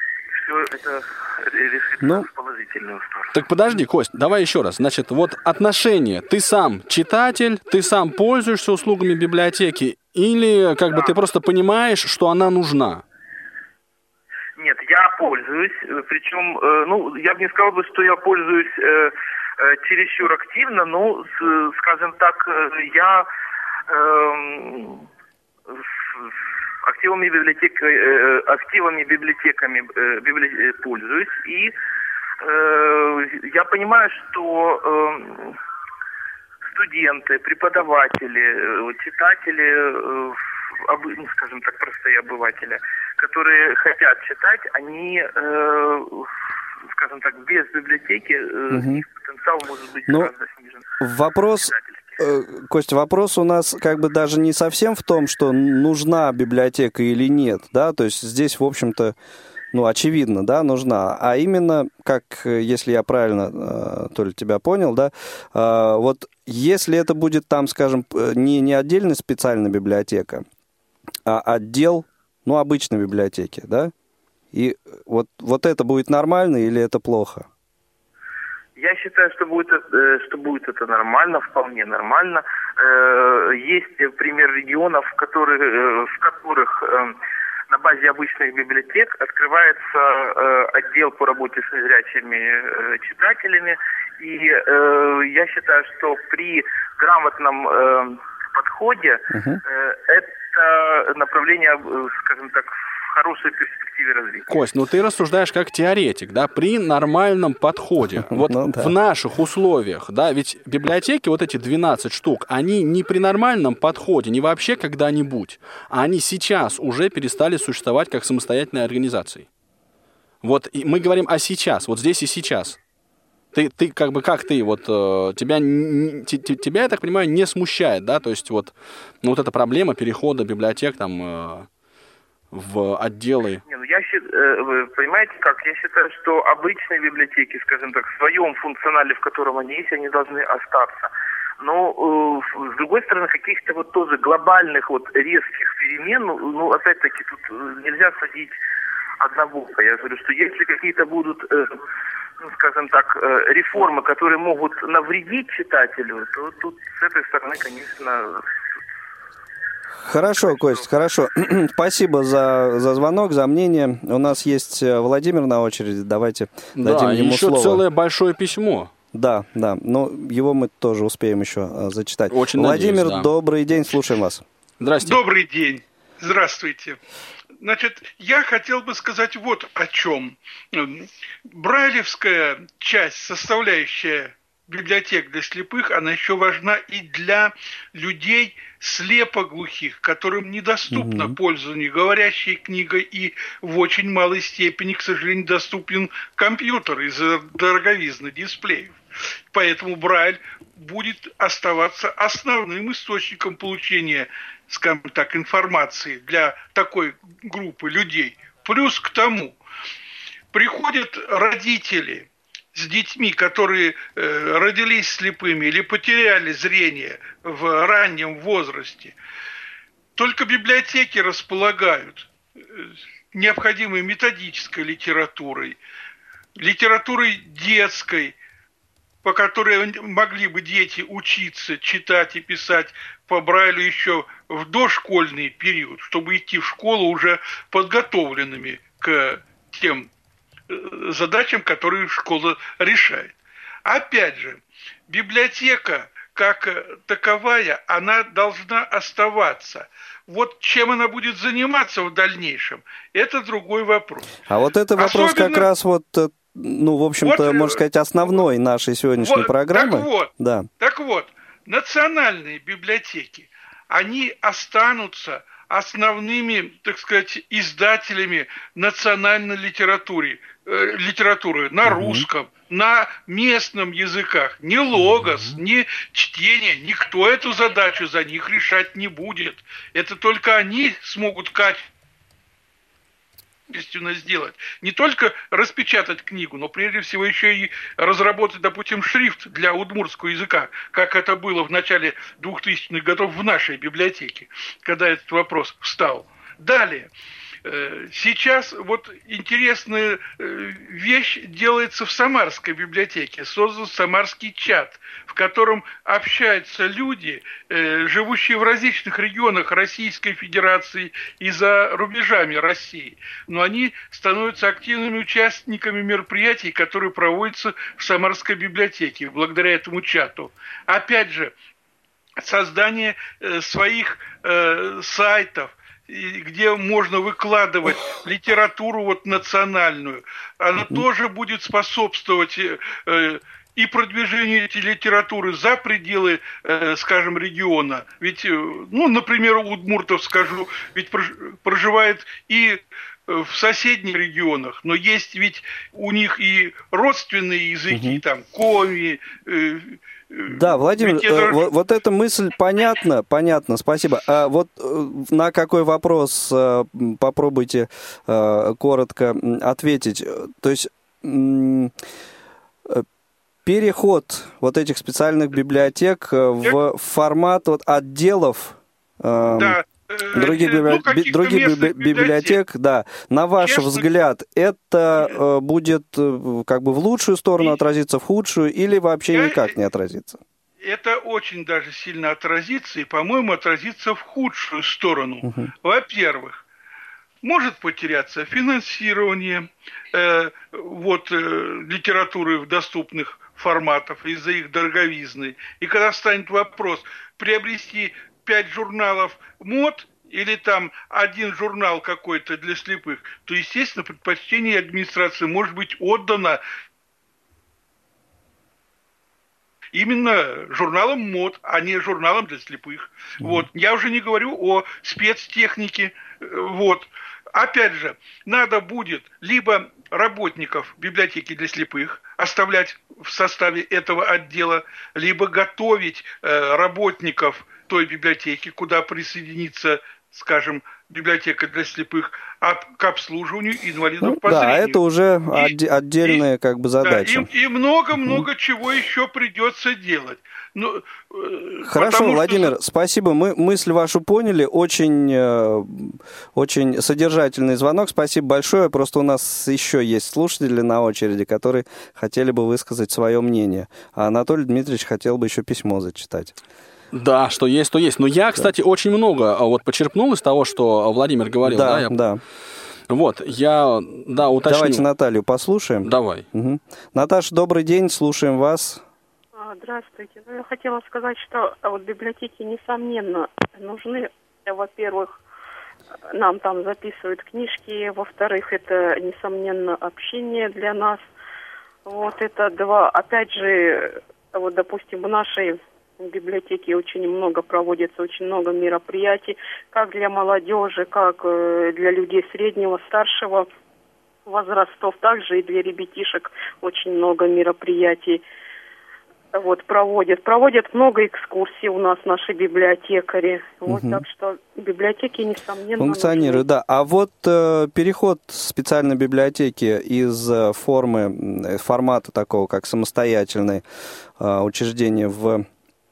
Speaker 6: все это решится
Speaker 3: Ну,
Speaker 6: в положительную сторону.
Speaker 4: Так подожди, Кость, давай еще раз. Значит, вот отношения. Ты сам читатель, ты сам пользуешься услугами библиотеки, или как бы ты просто понимаешь, что она нужна?
Speaker 6: Нет, я пользуюсь, причем, э, ну, я бы не сказал бы, что я пользуюсь э, э, чересчур активно, но, с, скажем так, э, я э, с активами библиотек, э, активами библиотеками э, библи... пользуюсь, и э, я понимаю, что э, студенты, преподаватели, читатели, э, об, ну, скажем так, простые обыватели, которые хотят читать, они, э, скажем так, без библиотеки э,
Speaker 3: Угу.
Speaker 6: их потенциал может быть
Speaker 3: Ну,
Speaker 6: гораздо снижен.
Speaker 3: Вопрос, э, Костя, вопрос у нас как бы даже не совсем в том, что нужна библиотека или нет, да, то есть здесь, в общем-то, ну, очевидно, да, нужна, а именно, как, э, если я правильно, э, то ли тебя понял, да, э, вот если это будет там, скажем, п- не, не отдельная специальная библиотека, а отдел, ну, обычной библиотеки, да, и вот, вот это будет нормально или это плохо?
Speaker 6: Я считаю, что будет, э, что будет это нормально, вполне нормально. Э, Есть пример регионов, в которых, э, в которых э, на базе обычных библиотек открывается э, отдел по работе с незрячими э, читателями. И э, я считаю, что при грамотном э, подходе
Speaker 3: Угу.
Speaker 6: э, это направление, э, скажем так, в хорошей перспективе развития.
Speaker 4: Кость, ну ты рассуждаешь как теоретик, да, при нормальном подходе. Вот
Speaker 3: Ну да.
Speaker 4: в наших условиях, да, ведь библиотеки, вот эти двенадцать штук, они не при нормальном подходе, не вообще когда-нибудь, а они сейчас уже перестали существовать как самостоятельные организации. Вот и мы говорим о сейчас, вот здесь и сейчас. Ты, ты как бы, как ты, вот, э, тебя, н- те- те- тебя, я так понимаю, не смущает, да, то есть вот, ну, вот эта проблема перехода библиотек там э, в отделы.
Speaker 6: Не, ну я счит- э, вы понимаете как? Я считаю, что обычные библиотеки, скажем так, в своем функционале, в котором они есть, они должны остаться. Но э, с другой стороны, каких-то вот тоже глобальных вот резких перемен, ну, ну, опять-таки тут э, нельзя садить однобоко. Я говорю, что если какие-то будут, э, ну, скажем так, э, реформы, которые могут навредить читателю, то тут с этой стороны, конечно.
Speaker 3: Хорошо, Кость, хорошо. Спасибо за, за звонок, за мнение. У нас есть э, Владимир на очереди. Давайте дадим
Speaker 4: Да, и
Speaker 3: ему
Speaker 4: еще
Speaker 3: слово.
Speaker 4: целое большое письмо.
Speaker 3: Да, да. Но его мы тоже успеем еще э, зачитать.
Speaker 4: Очень
Speaker 3: Владимир,
Speaker 4: надеюсь, да.
Speaker 3: добрый день, слушаем вас.
Speaker 4: Здрасте.
Speaker 7: Добрый день. Здравствуйте. Значит, я хотел бы сказать вот о чем. Брайлевская часть, составляющая библиотек для слепых, она еще важна и для людей слепоглухих, которым недоступно
Speaker 3: Мгм.
Speaker 7: пользование говорящей книгой, и в очень малой степени, к сожалению, доступен компьютер из-за дороговизны дисплеев. Поэтому Брайль будет оставаться основным источником получения, скажем так, информации для такой группы людей. Плюс к тому, приходят родители с детьми, которые э, родились слепыми или потеряли зрение в раннем возрасте. Только библиотеки располагают э, необходимой методической литературой, литературой детской, по которой могли бы дети учиться читать и писать по Брайлю еще в дошкольный период, чтобы идти в школу уже подготовленными к тем задачам, которые школа решает. Опять же, библиотека как таковая, она должна оставаться. Вот чем она будет заниматься в дальнейшем, это другой вопрос.
Speaker 3: А вот это вопрос
Speaker 7: Особенно...
Speaker 3: как раз вот, ну, в общем-то,
Speaker 7: вот,
Speaker 3: можно сказать, основной нашей сегодняшней
Speaker 7: вот,
Speaker 3: программы.
Speaker 7: Так вот,
Speaker 3: да.
Speaker 7: так вот, национальные библиотеки, они останутся основными, так сказать, издателями национальной литературы, э, литературы на угу. русском, на местном языках. Ни логос, угу. ни чтение, никто эту задачу за них решать не будет. Это только они смогут качественно сделать. Не только распечатать книгу, но прежде всего еще и разработать, допустим, шрифт для удмуртского языка, как это было в начале двухтысячных годов в нашей библиотеке, когда этот вопрос встал. Далее. Сейчас вот интересная вещь делается в Самарской библиотеке. Создан самарский чат, в котором общаются люди, живущие в различных регионах Российской Федерации и за рубежами России. Но они становятся активными участниками мероприятий, которые проводятся в Самарской библиотеке, благодаря этому чату. Опять же, создание своих сайтов, где можно выкладывать литературу вот национальную, она mm-hmm. тоже будет способствовать э, и продвижению этой литературы за пределы, э, скажем, региона. Ведь, э, ну, например, удмуртов, скажу, ведь проживает и в соседних регионах, но есть ведь у них и родственные языки, угу. там, коми. Э,
Speaker 3: да, Владимир, это... э, вот, вот эта мысль понятна, понятно, спасибо. А вот э, на какой вопрос э, попробуйте э, коротко ответить. То есть э, переход вот этих специальных библиотек в формат вот, отделов. Э, да. Других, библи... ну, других библи... библиотек, да. На ваш Честно... взгляд, это э, будет э, как бы в лучшую сторону отразиться, в худшую, или вообще Я... никак не отразится?
Speaker 7: Это очень даже сильно отразится, и, по-моему, отразится в худшую сторону. Угу. Во-первых, может потеряться финансирование э, вот, э, литературы в доступных форматах из-за их дороговизны. И когда станет вопрос приобрести пять журналов мод или там один журнал какой-то для слепых, то, естественно, предпочтение администрации может быть отдано именно журналам мод, а не журналам для слепых. Mm-hmm. Вот. Я уже не говорю о спецтехнике. Вот. Опять же, надо будет либо работников библиотеки для слепых оставлять в составе этого отдела, либо готовить э, работников той библиотеки, куда присоединится, скажем, библиотека для слепых, к обслуживанию инвалидов ну, по
Speaker 3: да,
Speaker 7: зрению.
Speaker 3: Да, это уже
Speaker 7: и,
Speaker 3: отдельная и, как бы задача.
Speaker 7: Да, и много-много mm-hmm. чего еще придется делать. Ну,
Speaker 3: Хорошо, Владимир, что... спасибо. Мы мысль вашу поняли. Очень, очень содержательный звонок. Спасибо большое. Просто у нас еще есть слушатели на очереди, которые хотели бы высказать свое мнение. А Анатолий Дмитриевич хотел бы еще письмо зачитать.
Speaker 4: Да, что есть, то есть. Но я, кстати, очень много вот почерпнул из того, что Владимир говорил.
Speaker 3: Да,
Speaker 4: да. Я...
Speaker 3: да.
Speaker 4: Вот, я, да, уточню.
Speaker 3: Давайте Наталью послушаем.
Speaker 4: Давай.
Speaker 3: Угу. Наташа, добрый день, слушаем вас.
Speaker 8: Здравствуйте. Ну, я хотела сказать, что вот библиотеки, несомненно, нужны. Во-первых, нам там записывают книжки. Во-вторых, это, несомненно, общение для нас. Вот это два. Опять же, вот, допустим, в нашей библиотеке очень много проводится, очень много мероприятий, как для молодежи, как для людей среднего, старшего возрастов, также и для ребятишек очень много мероприятий. Вот, проводят. Проводят много экскурсий у нас наши библиотекари. Вот, угу. Так что библиотеки, несомненно,
Speaker 3: функционируют, да. А вот э, переход специальной библиотеки из э, формы, формата такого, как самостоятельное э, учреждение в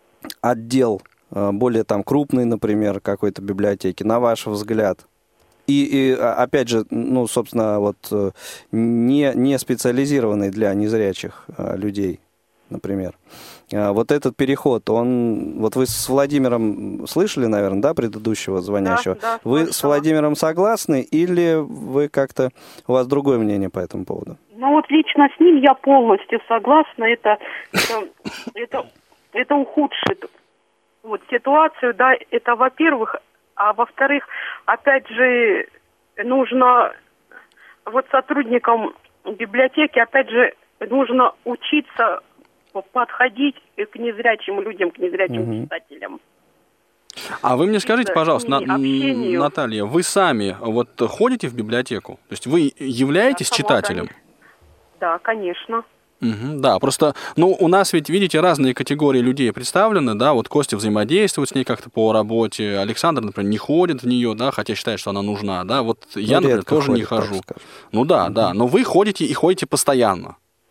Speaker 3: отдел э, более там крупный, например, какой-то библиотеки, на ваш взгляд? И, и опять же, ну, собственно, вот э, не, не специализированный для незрячих э, людей, например. Вот этот переход, он... Вот вы с Владимиром слышали, наверное, да, предыдущего звонящего?
Speaker 8: Да, да,
Speaker 3: вы
Speaker 8: слышала.
Speaker 3: С Владимиром согласны или вы как-то... У вас другое мнение по этому поводу?
Speaker 8: Ну вот лично с ним я полностью согласна. Это, это, это, это ухудшит вот, ситуацию, да, это во-первых. А во-вторых, опять же, нужно вот сотрудникам библиотеки, опять же, нужно учиться подходить к незрячим людям, к незрячим угу. читателям.
Speaker 4: А вы мне скажите, пожалуйста, на, Наталья, вы сами вот ходите в библиотеку? То есть вы являетесь да, читателем?
Speaker 8: Да, конечно.
Speaker 4: Угу, да, просто, ну, у нас ведь, видите, разные категории людей представлены, да, вот Костя взаимодействует с ней как-то по работе, Александр, например, не ходит в нее, да, хотя считает, что она нужна, да, вот ну, я, например, тоже ходит, не хожу. Ну да, угу. да, но вы ходите и ходите постоянно.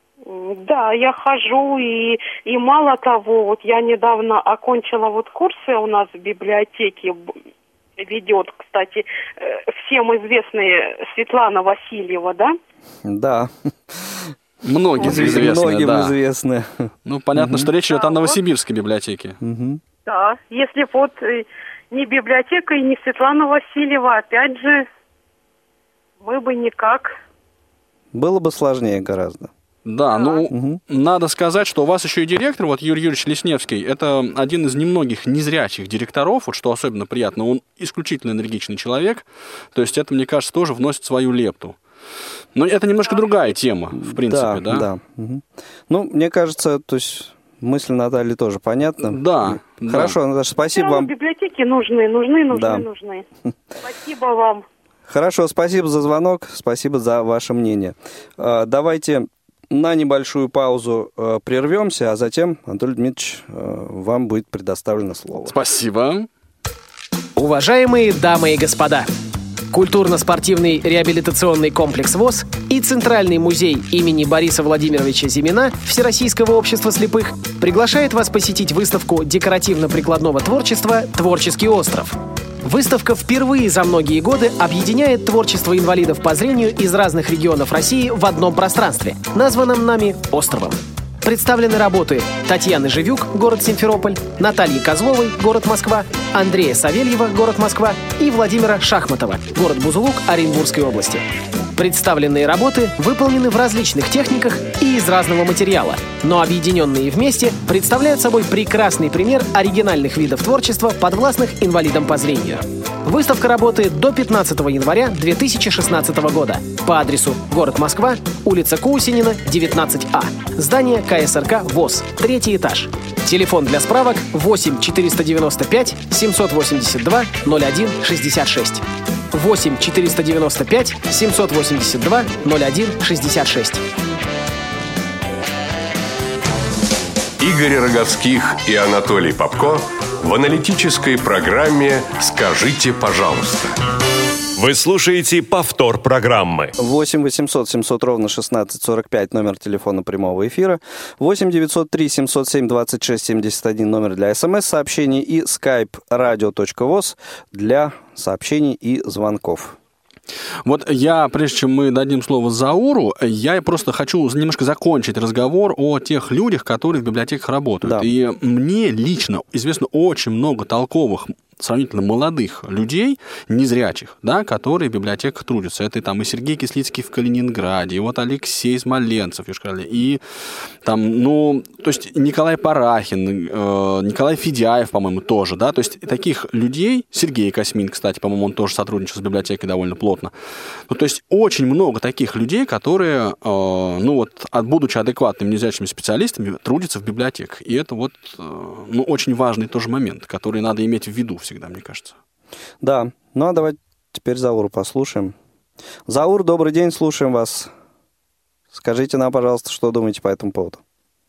Speaker 8: Да, я хожу, и, и мало того, вот я недавно окончила вот курсы у нас в библиотеке, ведет, кстати, всем известная Светлана Васильева, да?
Speaker 3: Да.
Speaker 4: Многим известная,
Speaker 3: Многим
Speaker 4: да.
Speaker 3: известная.
Speaker 4: Ну, понятно, угу. что речь идет да, о Новосибирской вот. библиотеке.
Speaker 3: Угу.
Speaker 8: Да, если бы вот не библиотека и не Светлана Васильева, опять же, мы бы никак.
Speaker 3: Было бы сложнее гораздо.
Speaker 4: Да, ну, угу. надо сказать, что у вас еще и директор, вот Юрий Юрьевич Лесневский, это один из немногих незрячих директоров, вот что особенно приятно, он исключительно энергичный человек, то есть это, мне кажется, тоже вносит свою лепту. Но это немножко другая тема, в принципе, да?
Speaker 3: Да, да. Угу. Ну, мне кажется, то есть мысль Натальи тоже понятна.
Speaker 4: Да.
Speaker 3: Хорошо,
Speaker 4: да.
Speaker 3: Наташа, спасибо
Speaker 8: да,
Speaker 3: вам.
Speaker 8: Библиотеки нужны, нужны, нужны,
Speaker 3: да.
Speaker 8: нужны. Спасибо вам.
Speaker 3: Хорошо, спасибо за звонок, спасибо за ваше мнение. Давайте на небольшую паузу э, прервемся, а затем, Анатолий Дмитриевич, э, вам будет предоставлено слово.
Speaker 4: Спасибо.
Speaker 9: Уважаемые дамы и господа, культурно-спортивный реабилитационный комплекс ВОС и Центральный музей имени Бориса Владимировича Зимина Всероссийского общества слепых приглашает вас посетить выставку декоративно-прикладного творчества «Творческий остров». Выставка впервые за многие годы объединяет творчество инвалидов по зрению из разных регионов России в одном пространстве, названном нами «Островом». Представлены работы Татьяны Живюк, город Симферополь, Натальи Козловой, город Москва, Андрея Савельева, город Москва и Владимира Шахматова, город Бузулук Оренбургской области. Представленные работы выполнены в различных техниках и из разного материала, но объединенные вместе представляют собой прекрасный пример оригинальных видов творчества, подвластных инвалидам по зрению. Выставка работает до пятнадцатого января две тысячи шестнадцатого года по адресу город Москва, улица Кусинина, девятнадцать А, здание ка эс эр ка ВОС, третий этаж. Телефон для справок восемь четыреста девяносто пять семьсот восемьдесят два ноль один шестьдесят шесть. восемь четыреста девяносто пять семьсот восемьдесят два ноль один шестьдесят шесть.
Speaker 1: Игорь Роговских и Анатолий Попко в аналитической программе «Скажите, пожалуйста».
Speaker 2: Вы слушаете повтор программы.
Speaker 3: восемь восемьсот семьсот ровно шестнадцать сорок пять, номер телефона прямого эфира. восемь девятьсот три семьсот семь двадцать шесть семьдесят один, номер для смс-сообщений. И skype radio.voz для сообщений и звонков.
Speaker 4: Вот я, прежде чем мы дадим слово Зауру, я просто хочу немножко закончить разговор о тех людях, которые в библиотеках работают. Да. И мне лично известно очень много толковых, сравнительно молодых людей, незрячих, да, которые в библиотеках трудятся. Это там и Сергей Кислицкий в Калининграде, и вот Алексей Смоленцев, и там, ну, то есть Николай Парахин, э, Николай Федяев, по-моему, тоже, да, то есть таких людей, Сергей Космин, кстати, по-моему, он тоже сотрудничал с библиотекой довольно плотно. Ну, то есть очень много таких людей, которые, э, ну, вот, будучи адекватными незрячими специалистами, трудятся в библиотеках. И это вот, э, ну, очень важный тоже момент, который надо иметь в виду всегда, мне кажется.
Speaker 3: Да, ну а давайте теперь Зауру послушаем. Заур, добрый день, слушаем вас. Скажите нам, пожалуйста, что думаете по этому поводу?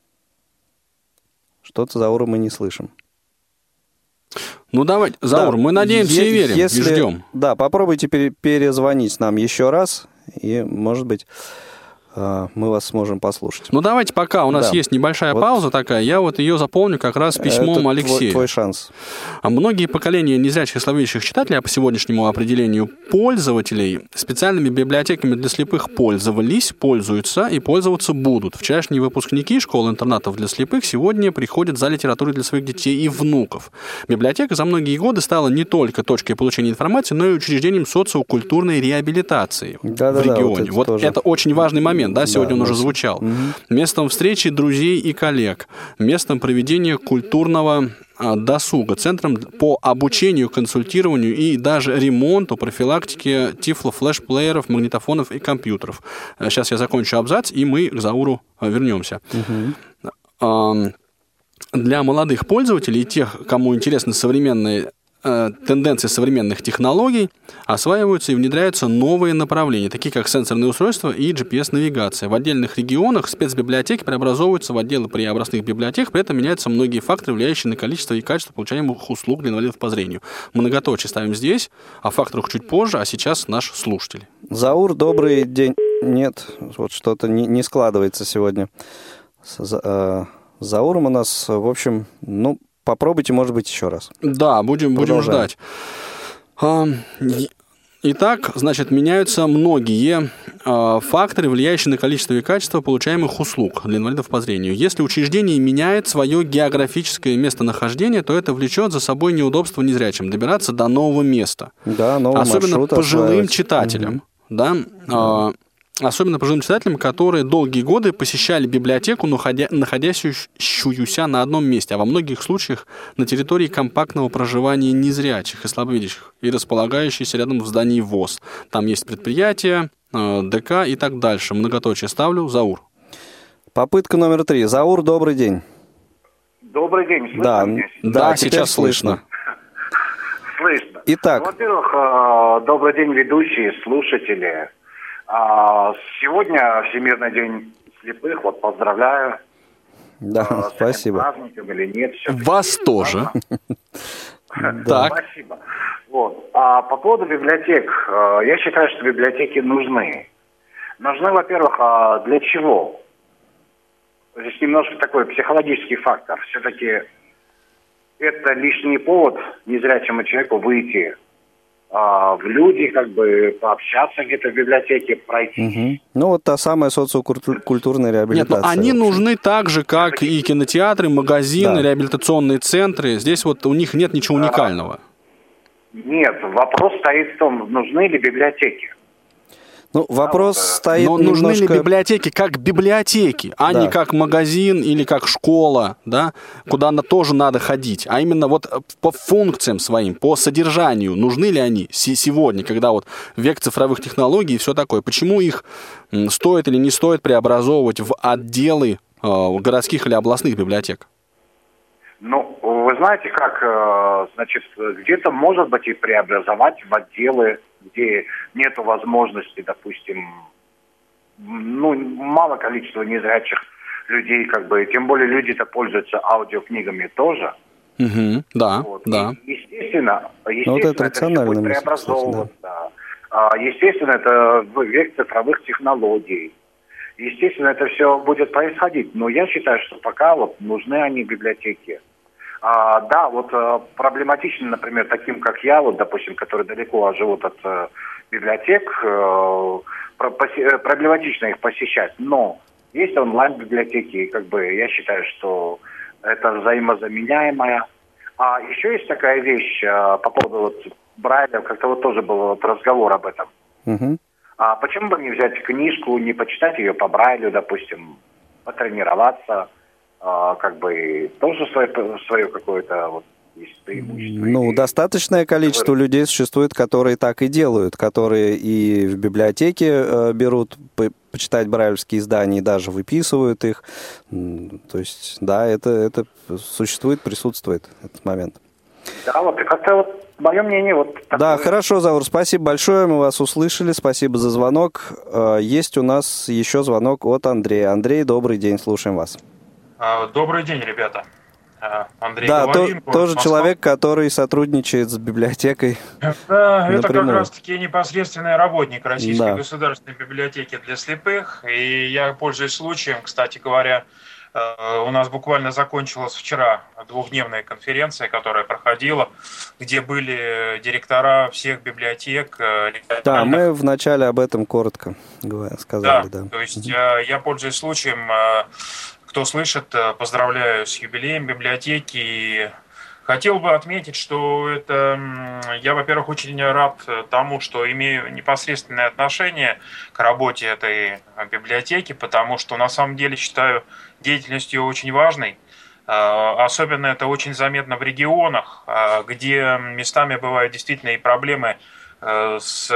Speaker 3: Что-то Зауру мы не слышим.
Speaker 4: Ну давайте, Заур, да, мы надеемся е- и верим, если, и ждем.
Speaker 3: Да, попробуйте пере- перезвонить нам еще раз, и, может быть, мы вас сможем послушать.
Speaker 4: Ну, давайте пока. У нас
Speaker 3: да.
Speaker 4: есть небольшая
Speaker 3: вот.
Speaker 4: пауза такая. Я вот ее заполню как раз письмом
Speaker 3: Это
Speaker 4: Алексея.
Speaker 3: Твой, твой шанс.
Speaker 4: А многие поколения незрячих и слабовидящих читателей, а по сегодняшнему определению пользователей, специальными библиотеками для слепых пользовались, пользуются и пользоваться будут. Вчерашние выпускники школ-интернатов для слепых сегодня приходят за литературой для своих детей и внуков. Библиотека за многие годы стала не только точкой получения информации, но и учреждением социокультурной реабилитации да, в
Speaker 3: да,
Speaker 4: регионе.
Speaker 3: Да, вот,
Speaker 4: вот это, это очень важный момент. Да, сегодня да, он уже звучал. Угу. Местом встречи друзей и коллег, местом проведения культурного а, досуга, центром по обучению, консультированию и даже ремонту, профилактике тифло-флеш-плееров, магнитофонов и компьютеров. Сейчас я закончу абзац, и мы к Зауру вернемся. Угу. А, для молодых пользователей и тех, кому интересны современные тенденции современных технологий, осваиваются и внедряются новые направления, такие как сенсорные устройства и джи пи эс-навигация. В отдельных регионах спецбиблиотеки преобразовываются в отделы при областных библиотеках, при этом меняются многие факторы, влияющие на количество и качество получаемых услуг для инвалидов по зрению. Многоточие ставим здесь, о факторах чуть позже, а сейчас наш слушатель.
Speaker 3: Заур, добрый день. Нет, вот что-то не, не складывается сегодня. С, э, с Зауром у нас, в общем, ну, попробуйте, может быть, еще раз.
Speaker 4: Да, будем, будем ждать. Итак, значит, меняются многие э, факторы, влияющие на количество и качество получаемых услуг для инвалидов по зрению. Если учреждение меняет свое географическое местонахождение, то это влечет за собой неудобство незрячим добираться до нового места.
Speaker 3: Да, новый
Speaker 4: Особенно
Speaker 3: маршрут
Speaker 4: пожилым
Speaker 3: осваивать.
Speaker 4: читателям.
Speaker 3: Угу.
Speaker 4: Да, э, особенно пожилым читателям, которые долгие годы посещали библиотеку, находя, находящуюся на одном месте, а во многих случаях на территории компактного проживания незрячих и слабовидящих, и располагающейся рядом в здании ВОЗ. Там есть предприятия, ДК и так дальше. Многоточие ставлю. Заур.
Speaker 3: Попытка номер три. Заур, добрый день.
Speaker 10: Добрый день. Слышно
Speaker 3: да,
Speaker 10: меня?
Speaker 4: Да,
Speaker 3: да,
Speaker 4: сейчас слышно.
Speaker 10: Слышно.
Speaker 3: Итак.
Speaker 10: Ну, во-первых, добрый день, ведущие, слушатели. Сегодня Всемирный день слепых, вот поздравляю.
Speaker 3: Да,
Speaker 10: с
Speaker 3: спасибо.
Speaker 10: Праздником или нет.
Speaker 4: Вас тоже. Так.
Speaker 10: Спасибо. Вот. А по поводу библиотек, я считаю, что библиотеки нужны. Нужны, во-первых, для чего? Здесь немножко такой психологический фактор. Все-таки это лишний повод незрячему человеку выйти в люди, как бы пообщаться где-то в библиотеке, пройти.
Speaker 3: Угу. Ну, вот та самая социокультурная реабилитация.
Speaker 4: Нет, ну они нужны так же, как и кинотеатры, магазины, да. реабилитационные центры. Здесь вот у них нет ничего уникального.
Speaker 10: Нет, вопрос стоит в том, нужны ли библиотеки.
Speaker 3: Ну, вопрос а, стоит
Speaker 4: Но
Speaker 3: немножко...
Speaker 4: нужны ли библиотеки как библиотеки, а да. не как магазин или как школа, да, куда на тоже надо ходить, а именно вот по функциям своим, по содержанию, нужны ли они сегодня, когда вот век цифровых технологий и все такое, почему их стоит или не стоит преобразовывать в отделы э, городских или областных библиотек?
Speaker 10: Ну, вы знаете как, значит, где-то может быть и преобразовать в отделы, где нету возможности, допустим, ну, мало количества незрячих людей, как бы, тем более люди-то пользуются аудиокнигами тоже.
Speaker 4: Угу, да,
Speaker 10: вот.
Speaker 4: да.
Speaker 10: И, естественно, естественно,
Speaker 3: вот это,
Speaker 10: это все будет преобразовываться. Да. А, естественно, это век цифровых технологий. Естественно, это все будет происходить. Но я считаю, что пока вот нужны они библиотеки. А, да, вот а, проблематично, например, таким, как я, вот, допустим, которые далеко живут от а, библиотек, а, про, поси, проблематично их посещать. Но есть онлайн-библиотеки, и как бы я считаю, что это взаимозаменяемое. А еще есть такая вещь а, по поводу вот, Брайля, как-то вот тоже был вот, разговор об этом.
Speaker 3: Угу.
Speaker 10: А почему бы не взять книжку, не почитать ее по Брайлю, допустим, потренироваться, а, как бы тоже свое, свое какое-то вот, есть преимущество.
Speaker 3: Ну,
Speaker 10: и...
Speaker 3: достаточное количество Вы... людей существует, которые так и делают, которые и в библиотеке э, берут по- почитать брайлевские издания, и даже выписывают их. То есть, да, это, это существует, присутствует этот момент.
Speaker 10: Да, вот, и как-то вот мое мнение вот такое.
Speaker 3: Да, хорошо, Заур, спасибо большое, мы вас услышали, спасибо за звонок. Есть у нас еще звонок от Андрея. Андрей, добрый день, слушаем вас.
Speaker 11: Добрый день, ребята. Андрей
Speaker 3: да,
Speaker 11: Головин,
Speaker 3: то, тоже Москва. Человек, который сотрудничает с библиотекой.
Speaker 11: Да,
Speaker 3: напрямую.
Speaker 11: Это как раз-таки непосредственный работник Российской
Speaker 3: да.
Speaker 11: государственной библиотеки для слепых. И я пользуюсь случаем, кстати говоря, у нас буквально закончилась вчера двухдневная конференция, которая проходила, где были директора всех библиотек.
Speaker 3: Да, мы вначале об этом коротко сказали.
Speaker 11: Да,
Speaker 3: да.
Speaker 11: то есть я, я пользуюсь случаем, кто слышит, поздравляю с юбилеем библиотеки. И хотел бы отметить, что это я, во-первых, очень рад тому, что имею непосредственное отношение к работе этой библиотеки, потому что на самом деле считаю деятельность ее очень важной. Особенно это очень заметно в регионах, где местами бывают действительно и проблемы с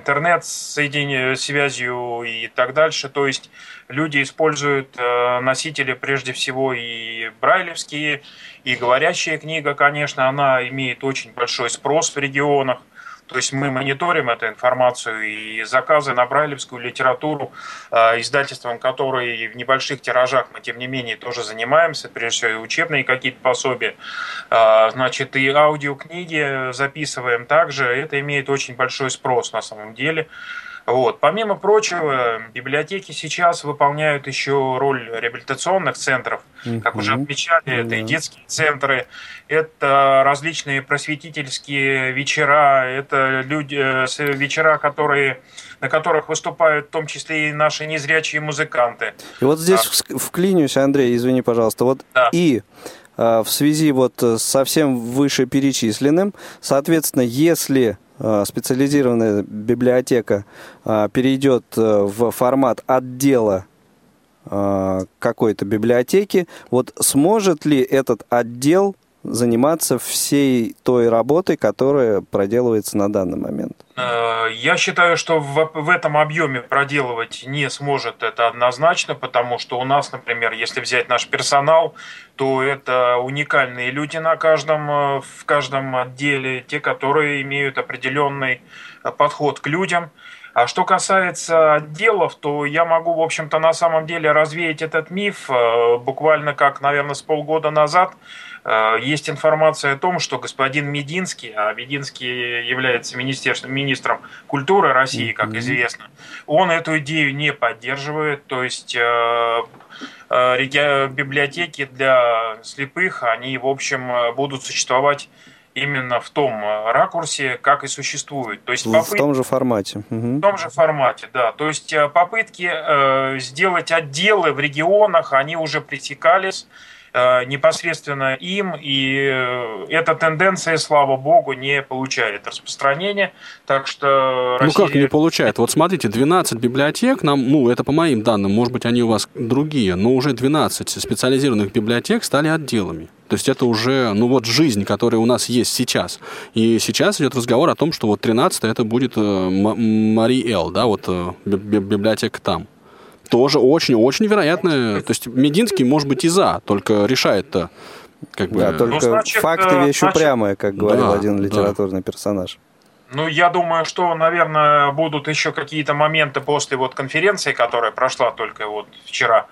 Speaker 11: интернет-связью и так дальше. То есть люди используют носители прежде всего и брайлевские, и говорящая книга, конечно, она имеет очень большой спрос в регионах. То есть мы мониторим эту информацию и заказы на брайлевскую литературу, издательством которой в небольших тиражах мы, тем не менее, тоже занимаемся, прежде всего и учебные какие-то пособия. Значит, и аудиокниги записываем также. Это имеет очень большой спрос на самом деле. Вот. Помимо прочего, библиотеки сейчас выполняют еще роль реабилитационных центров. Mm-hmm. Как уже отмечали, mm-hmm. это и детские центры, это различные просветительские вечера, это люди, вечера, которые, на которых выступают в том числе и наши незрячие музыканты.
Speaker 3: И вот здесь а... вклинюсь, Андрей, извини, пожалуйста. Вот да. И в связи вот со всем вышеперечисленным, соответственно, если специализированная библиотека перейдет в формат отдела какой-то библиотеки, вот сможет ли этот отдел заниматься всей той работой, которая проделывается на данный момент?
Speaker 11: Я считаю, что в, в этом объеме проделывать не сможет это однозначно, потому что у нас, например, если взять наш персонал, то это уникальные люди на каждом, в каждом отделе, те, которые имеют определенный подход к людям. А что касается отделов, то я могу, в общем-то, на самом деле развеять этот миф. Буквально как, наверное, с полгода назад есть информация о том, что господин Мединский, а Мединский является министром культуры России, как известно, он эту идею не поддерживает, то есть библиотеки для слепых, они, в общем, будут существовать именно в том ракурсе, как и существует. То есть попытки,
Speaker 3: в том же формате. Угу.
Speaker 11: В том же формате, да. То есть попытки э, сделать отделы в регионах, они уже пресекались э, непосредственно им, и э, эта тенденция, слава богу, не получает распространения. Так что
Speaker 4: Россия... Ну как не
Speaker 11: получает?
Speaker 4: получает? Вот смотрите, двенадцать библиотек, нам, ну это по моим данным, может быть они у вас другие, но уже двенадцать специализированных библиотек стали отделами. То есть это уже, ну вот жизнь, которая у нас есть сейчас. И сейчас идет разговор о том, что вот тринадцатое это будет Мари Эл, да, вот библиотека там. Тоже очень-очень вероятно. То есть Мединский может быть и за, только решает-то как бы...
Speaker 3: Да, только ну, значит, факты вещь значит... упрямая, как говорил да, один литературный да. персонаж.
Speaker 11: Ну, я думаю, что, наверное, будут еще какие-то моменты после вот конференции, которая прошла только вот вчера.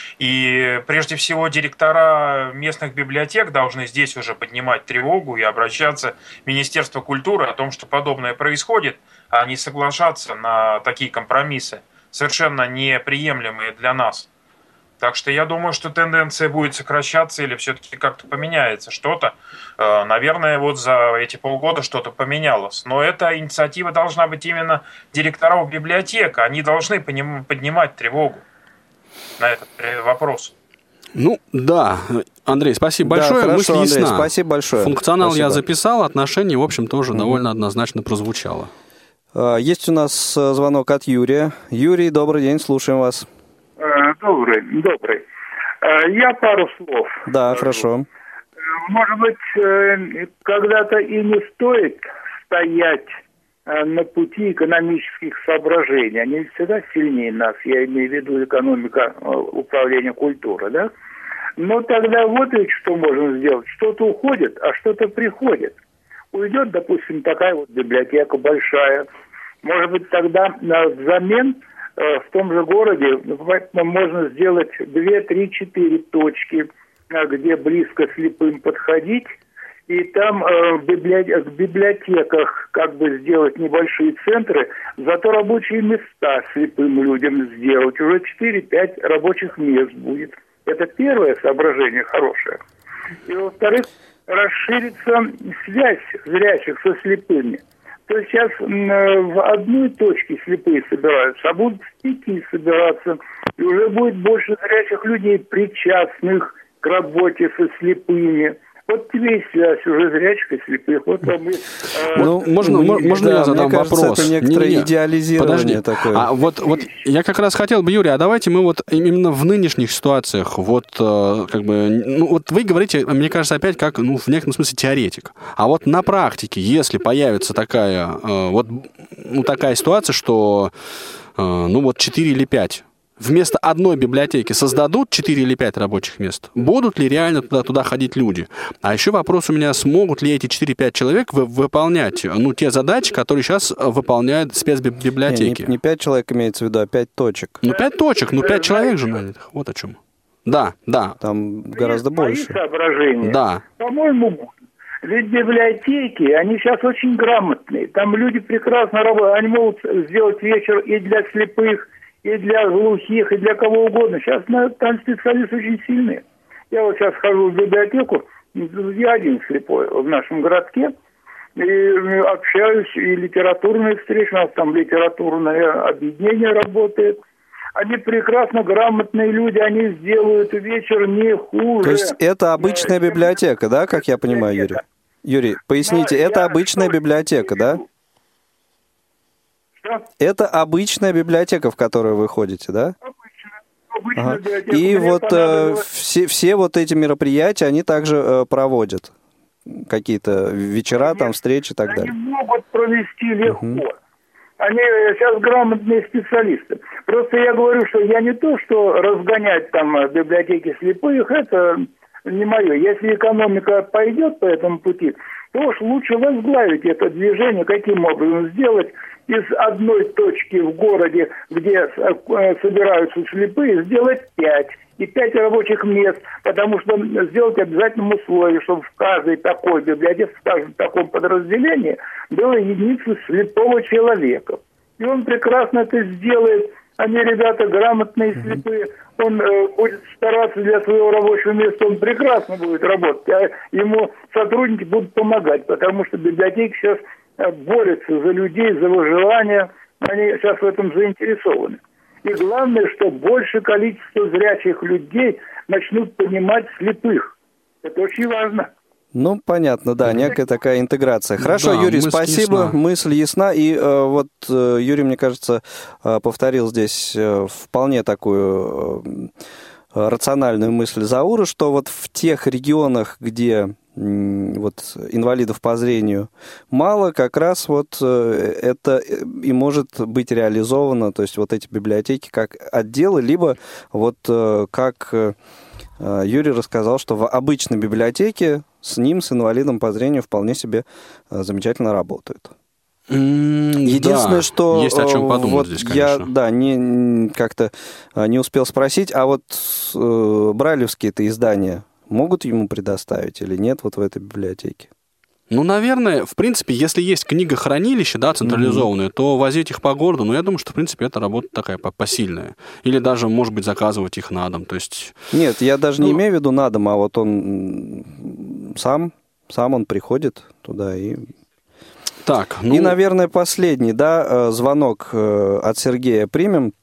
Speaker 11: И прежде всего директора местных библиотек должны здесь уже поднимать тревогу и обращаться в Министерство культуры о том, что подобное происходит, а не соглашаться на такие компромиссы, совершенно неприемлемые для нас. Так что я думаю, что тенденция будет сокращаться или все-таки как-то поменяется что-то. Наверное, вот за эти полгода что-то поменялось. Но эта инициатива должна быть именно директоров библиотек. Они должны поднимать тревогу на этот вопрос.
Speaker 4: Ну, да. Андрей, спасибо большое.
Speaker 3: Да, хорошо,
Speaker 4: мысль
Speaker 3: Андрей,
Speaker 4: ясна.
Speaker 3: спасибо большое.
Speaker 4: Функционал
Speaker 3: спасибо.
Speaker 4: Я записал, отношение, в общем, тоже mm-hmm. довольно однозначно прозвучало.
Speaker 3: Есть у нас звонок от Юрия. Юрий, добрый день, слушаем вас.
Speaker 12: Добрый, добрый. Я пару слов.
Speaker 3: Да, хорошо.
Speaker 12: Может быть, когда-то и не стоит стоять на пути экономических соображений. Они всегда сильнее нас, я имею в виду экономика управления культурой, да? Но тогда вот ведь что можно сделать. Что-то уходит, а что-то приходит. Уйдет, допустим, такая вот библиотека большая. Может быть, тогда взамен в том же городе можно сделать две, три, четыре точки, где близко слепым подходить, и там э, в библиотеках как бы сделать небольшие центры, зато рабочие места слепым людям сделать. Уже четыре-пять рабочих мест будет. Это первое соображение хорошее. И, во-вторых, расширится связь зрячих со слепыми. То есть сейчас э, в одной точке слепые собираются, а будут в пяти собираться. И уже будет больше зрячих людей, причастных к работе со слепыми. Вот тебе и связь уже зрячих и слепых. Вот мы, э,
Speaker 4: ну, можно,
Speaker 3: ну,
Speaker 4: можно
Speaker 3: да,
Speaker 4: я задам
Speaker 3: мне кажется,
Speaker 4: вопрос?
Speaker 3: Это некоторое
Speaker 4: не, не.
Speaker 3: идеализирование
Speaker 4: Подожди.
Speaker 3: такое.
Speaker 4: А вот, вот я как раз хотел бы, Юрий, а давайте мы вот именно в нынешних ситуациях, вот как бы, ну вот вы говорите, мне кажется, опять как, ну в некотором смысле теоретик. А вот на практике, если появится такая, вот, ну такая ситуация, что, ну вот четыре или пять вместо одной библиотеки создадут четыре или пять рабочих мест, будут ли реально туда, туда ходить люди? А еще вопрос у меня, смогут ли эти четыре-пять человек вы, выполнять ну, те задачи, которые сейчас выполняют спецбиблиотеки?
Speaker 3: Не, не пять человек имеется в виду, а пять точек.
Speaker 4: Ну, пять точек, ну, пять человек же нанятых. Вот о чем. Да, да.
Speaker 3: Там гораздо
Speaker 12: мои
Speaker 3: больше.
Speaker 12: Соображения.
Speaker 4: Да.
Speaker 12: По-моему, Ведь библиотеки, они сейчас очень грамотные. Там люди прекрасно работают. Они могут сделать вечер и для слепых, и для глухих, и для кого угодно. Сейчас там специалисты очень сильные. Я вот сейчас хожу в библиотеку, я один слепой в нашем городке, и общаюсь, и литературные встречи, у нас там литературное объединение работает. Они прекрасно грамотные люди, они сделают вечер не хуже.
Speaker 3: То есть это обычная библиотека, да, как я понимаю, Юрий? Юрий, поясните,
Speaker 12: Да,
Speaker 3: это
Speaker 12: я
Speaker 3: обычная
Speaker 12: что-
Speaker 3: библиотека, да?
Speaker 12: Что?
Speaker 3: Это обычная библиотека, в которую вы ходите, да?
Speaker 12: Обычная
Speaker 3: Ага.
Speaker 12: библиотека.
Speaker 3: И
Speaker 12: Мне
Speaker 3: вот э,
Speaker 12: понадобилось-
Speaker 3: все, все вот эти мероприятия, они также э, проводят какие-то вечера, там, встречи и так
Speaker 12: Они
Speaker 3: далее.
Speaker 12: могут провести легко.
Speaker 3: Мгм.
Speaker 12: Они сейчас грамотные специалисты. Просто я говорю, что я не то, что разгонять там э, библиотеки слепых, это не мое. Если экономика пойдет по этому пути, то уж лучше возглавить это движение. Каким образом сделать из одной точки в городе, где э, собираются слепые, сделать пять. И пять рабочих мест, потому что сделать обязательным условием, чтобы в каждой такой библиотеке, в каждом таком подразделении было единица слепого человека. И он прекрасно это сделает. Они, ребята, грамотные, слепые. Он э, будет стараться для своего рабочего места, он прекрасно будет работать. А ему сотрудники будут помогать, потому что библиотеки сейчас э, борются за людей, за выживание. Они сейчас в этом заинтересованы. И главное, что больше количество зрячих людей начнут понимать слепых. Это очень важно.
Speaker 3: Ну, понятно, да, некая такая интеграция. Хорошо,
Speaker 4: Да,
Speaker 3: Юрий,
Speaker 4: мысль
Speaker 3: спасибо,
Speaker 4: ясна.
Speaker 3: мысль ясна. И э, вот э, Юрий, мне кажется, э, повторил здесь э, вполне такую э, рациональную мысль Зауры, что вот в тех регионах, где вот инвалидов по зрению мало, как раз вот это и может быть реализовано, то есть вот эти библиотеки как отделы, либо вот как Юрий рассказал, что в обычной библиотеке с ним, с инвалидом по зрению, вполне себе замечательно работают. Единственное,
Speaker 4: да,
Speaker 3: что
Speaker 4: есть о чем подумать
Speaker 3: вот
Speaker 4: здесь,
Speaker 3: я,
Speaker 4: конечно.
Speaker 3: да, не как-то не успел спросить, а вот э, брайлевские-то издания могут ему предоставить или нет вот в этой библиотеке?
Speaker 4: Ну, наверное, в принципе, если есть книгохранилище, да, централизованное, mm-hmm. то возить их по городу, но я думаю, что, в принципе, это работа такая посильная. Или даже, может быть, заказывать их на дом, то есть...
Speaker 3: Нет, я даже
Speaker 4: ну...
Speaker 3: не имею в виду на дом, а вот он сам, сам он приходит туда и...
Speaker 4: Так, ну...
Speaker 3: И, наверное, последний, да, звонок от Сергея примем.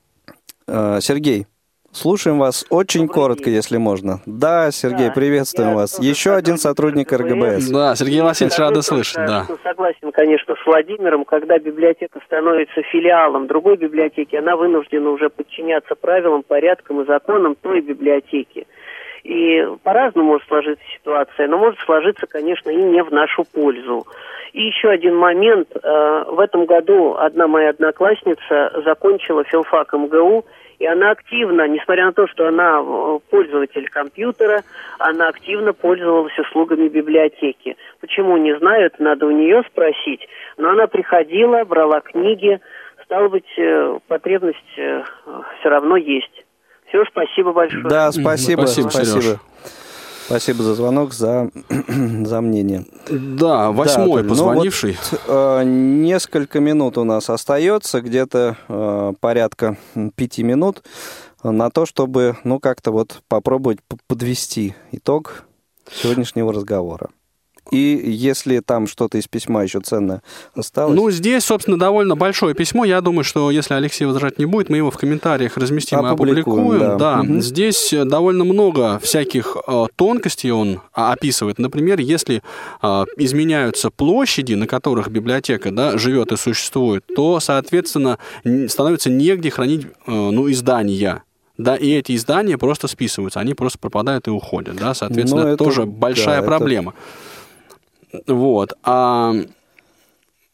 Speaker 3: Сергей, слушаем вас очень Добрый коротко, день. Если можно. Да, Сергей, да, приветствуем вас. Еще один сотрудник эр гэ бэ эс.
Speaker 4: Да, Сергей Васильевич, рада слышать, да.
Speaker 13: Согласен, конечно, с Владимиром, когда библиотека становится филиалом другой библиотеки, она вынуждена уже подчиняться правилам, порядкам и законам той библиотеки. И по-разному может сложиться ситуация, но может сложиться, конечно, и не в нашу пользу. И еще один момент. В этом году одна моя одноклассница закончила филфак эм гэ у, и она активно, несмотря на то, что она пользователь компьютера, она активно пользовалась услугами библиотеки. Почему, не знаю, это надо у нее спросить. Но она приходила, брала книги, стало быть, потребность все равно есть. Все, спасибо большое.
Speaker 3: Да, спасибо,
Speaker 4: спасибо.
Speaker 3: Спасибо, спасибо за звонок, за, за мнение.
Speaker 4: Да, восьмой да, позвонивший.
Speaker 3: Ну, вот, э, несколько минут у нас остается, где-то э, порядка пяти минут на то, чтобы, ну, как-то вот попробовать подвести итог сегодняшнего разговора. И если там что-то из письма еще ценное осталось...
Speaker 4: Ну, здесь, собственно, довольно большое письмо. Я думаю, что если Алексей возражать не будет, мы его в комментариях разместим и опубликуем. Да. Да. Угу. Здесь довольно много всяких э, тонкостей он описывает. Например, если э, изменяются площади, на которых библиотека, да, живет и существует, то, соответственно, становится негде хранить э, ну, издания. Да, и эти издания просто списываются, они просто пропадают и уходят. Да? Соответственно, это, это тоже большая да, проблема. Это... Вот. А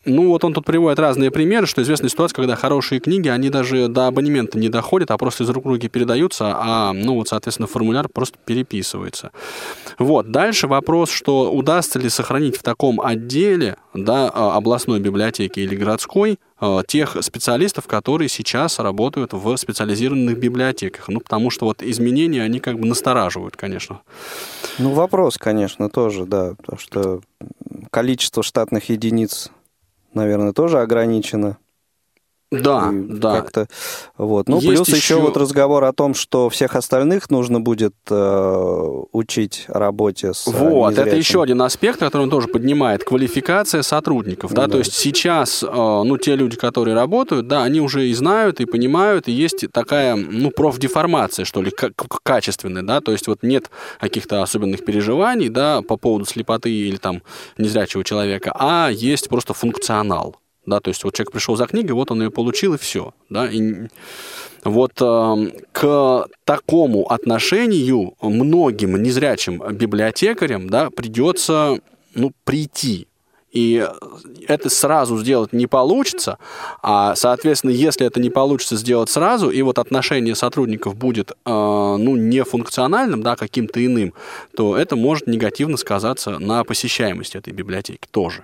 Speaker 4: Ну, вот он тут приводит разные примеры, что известная ситуация, когда хорошие книги, они даже до абонемента не доходят, а просто из рук в руки передаются, а, ну, вот, соответственно, формуляр просто переписывается. Вот. Дальше вопрос, что удастся ли сохранить в таком отделе, да, областной библиотеки или городской, тех специалистов, которые сейчас работают в специализированных библиотеках. Ну, потому что вот изменения, они как бы настораживают, конечно.
Speaker 3: Ну, вопрос, конечно, тоже, да, потому что количество штатных единиц, наверное, тоже ограничено.
Speaker 4: Да, и да.
Speaker 3: Как-то, вот. Ну,
Speaker 4: Есть
Speaker 3: плюс еще...
Speaker 4: еще
Speaker 3: вот разговор о том, что всех остальных нужно будет э, учить работе с
Speaker 4: Вот,
Speaker 3: незрячим.
Speaker 4: Это еще один аспект, который он тоже поднимает, квалификация сотрудников, да,
Speaker 3: да.
Speaker 4: То есть сейчас, э, ну, те люди, которые работают, да, они уже и знают, и понимают, и есть такая, ну, профдеформация, что ли, к- качественная, да, то есть вот нет каких-то особенных переживаний, да, по поводу слепоты или там незрячего человека, а есть просто функционал. Да, то есть вот человек пришел за книгой, вот он ее получил, и все. Да, и вот э, к такому отношению многим незрячим библиотекарям, да, придется, ну, прийти. И это сразу сделать не получится, а, соответственно, если это не получится сделать сразу, и вот отношение сотрудников будет, э, ну, нефункциональным, да, каким-то иным, то это может негативно сказаться на посещаемости этой библиотеки тоже.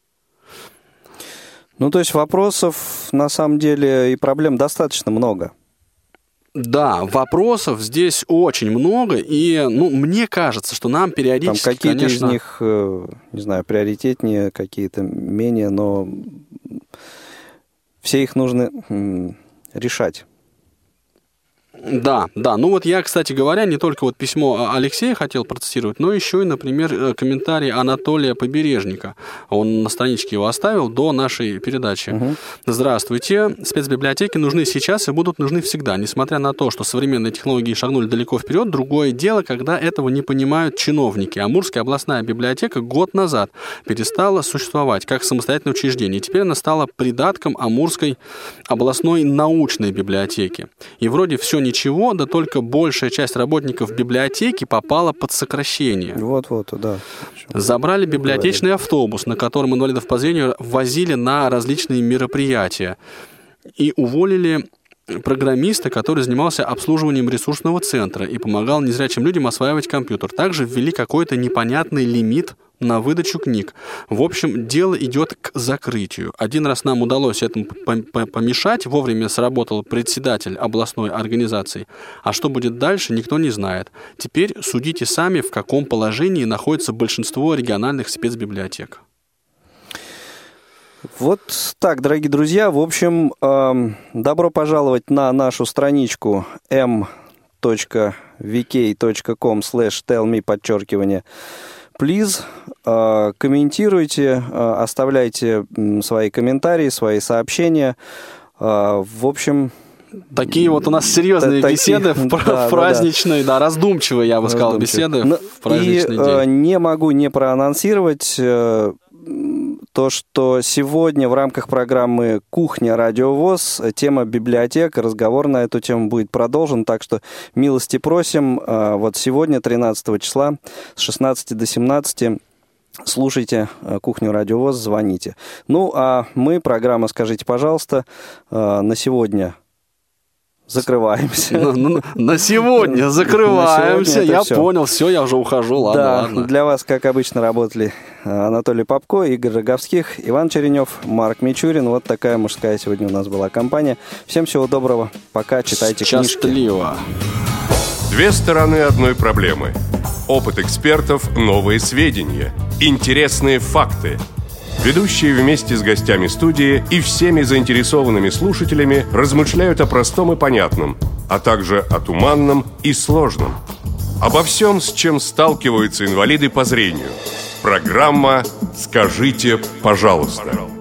Speaker 3: Ну, то есть вопросов, на самом деле, и проблем достаточно много.
Speaker 4: Да, вопросов здесь очень много, и, ну, мне кажется, что нам периодически,
Speaker 3: там какие-то
Speaker 4: конечно...
Speaker 3: из них, не знаю, приоритетнее, какие-то менее, но все их нужно решать.
Speaker 4: Да, да. Ну вот я, кстати говоря, не только вот письмо Алексея хотел процитировать, но еще и, например, комментарий Анатолия Побережника. Он на страничке его оставил до нашей передачи. Угу. Здравствуйте. Спецбиблиотеки нужны сейчас и будут нужны всегда. Несмотря на то, что современные технологии шагнули далеко вперед, другое дело, когда этого не понимают чиновники. Амурская областная библиотека год назад перестала существовать как самостоятельное учреждение. Теперь она стала придатком Амурской областной научной библиотеки. И вроде все ничего, да только большая часть работников библиотеки попала под сокращение.
Speaker 3: Вот-вот, да.
Speaker 4: Забрали библиотечный автобус, на котором инвалидов по зрению возили на различные мероприятия. И уволили программиста, который занимался обслуживанием ресурсного центра и помогал незрячим людям осваивать компьютер. Также ввели какой-то непонятный лимит на выдачу книг. В общем, дело идет к закрытию. Один раз нам удалось этому помешать, вовремя сработал председатель областной организации. А что будет дальше, никто не знает. Теперь судите сами, в каком положении находится большинство региональных спецбиблиотек.
Speaker 3: Вот так, дорогие друзья. В общем, э, добро пожаловать на нашу страничку эм точка ви кей точка ком слэш тэлл ми подчеркивание please. Э, комментируйте, э, оставляйте свои комментарии, свои сообщения. Э, в общем...
Speaker 4: Такие вот у нас серьезные
Speaker 3: такие,
Speaker 4: беседы в
Speaker 3: да,
Speaker 4: праздничные, да, да. да, раздумчивые, я бы сказал, беседы
Speaker 3: Но,
Speaker 4: в праздничный
Speaker 3: и,
Speaker 4: день.
Speaker 3: Э, не могу не проанонсировать... Э, то, что сегодня в рамках программы «Кухня. Радио ВОС» тема библиотек, разговор на эту тему будет продолжен, так что милости просим. Вот сегодня, тринадцатого числа, с шестнадцати до семнадцати, слушайте «Кухню. Радио ВОС», звоните. Ну, а мы, программа «Скажите, пожалуйста», на сегодня... Закрываемся.
Speaker 4: На, на, на сегодня закрываемся. На сегодня я все. понял, все, я уже ухожу. Ладно,
Speaker 3: да,
Speaker 4: ладно.
Speaker 3: Для вас, как обычно, работали Анатолий Попко, Игорь Роговских, Иван Черенев, Марк Мичурин. Вот такая мужская сегодня у нас была компания. Всем всего доброго. Пока, читайте книжки.
Speaker 4: Счастливо.
Speaker 1: Две стороны одной проблемы. Опыт экспертов, новые сведения, интересные факты. Ведущие вместе с гостями студии и всеми заинтересованными слушателями размышляют о простом и понятном, а также о туманном и сложном. Обо всем, с чем сталкиваются инвалиды по зрению. Программа «Скажите, пожалуйста».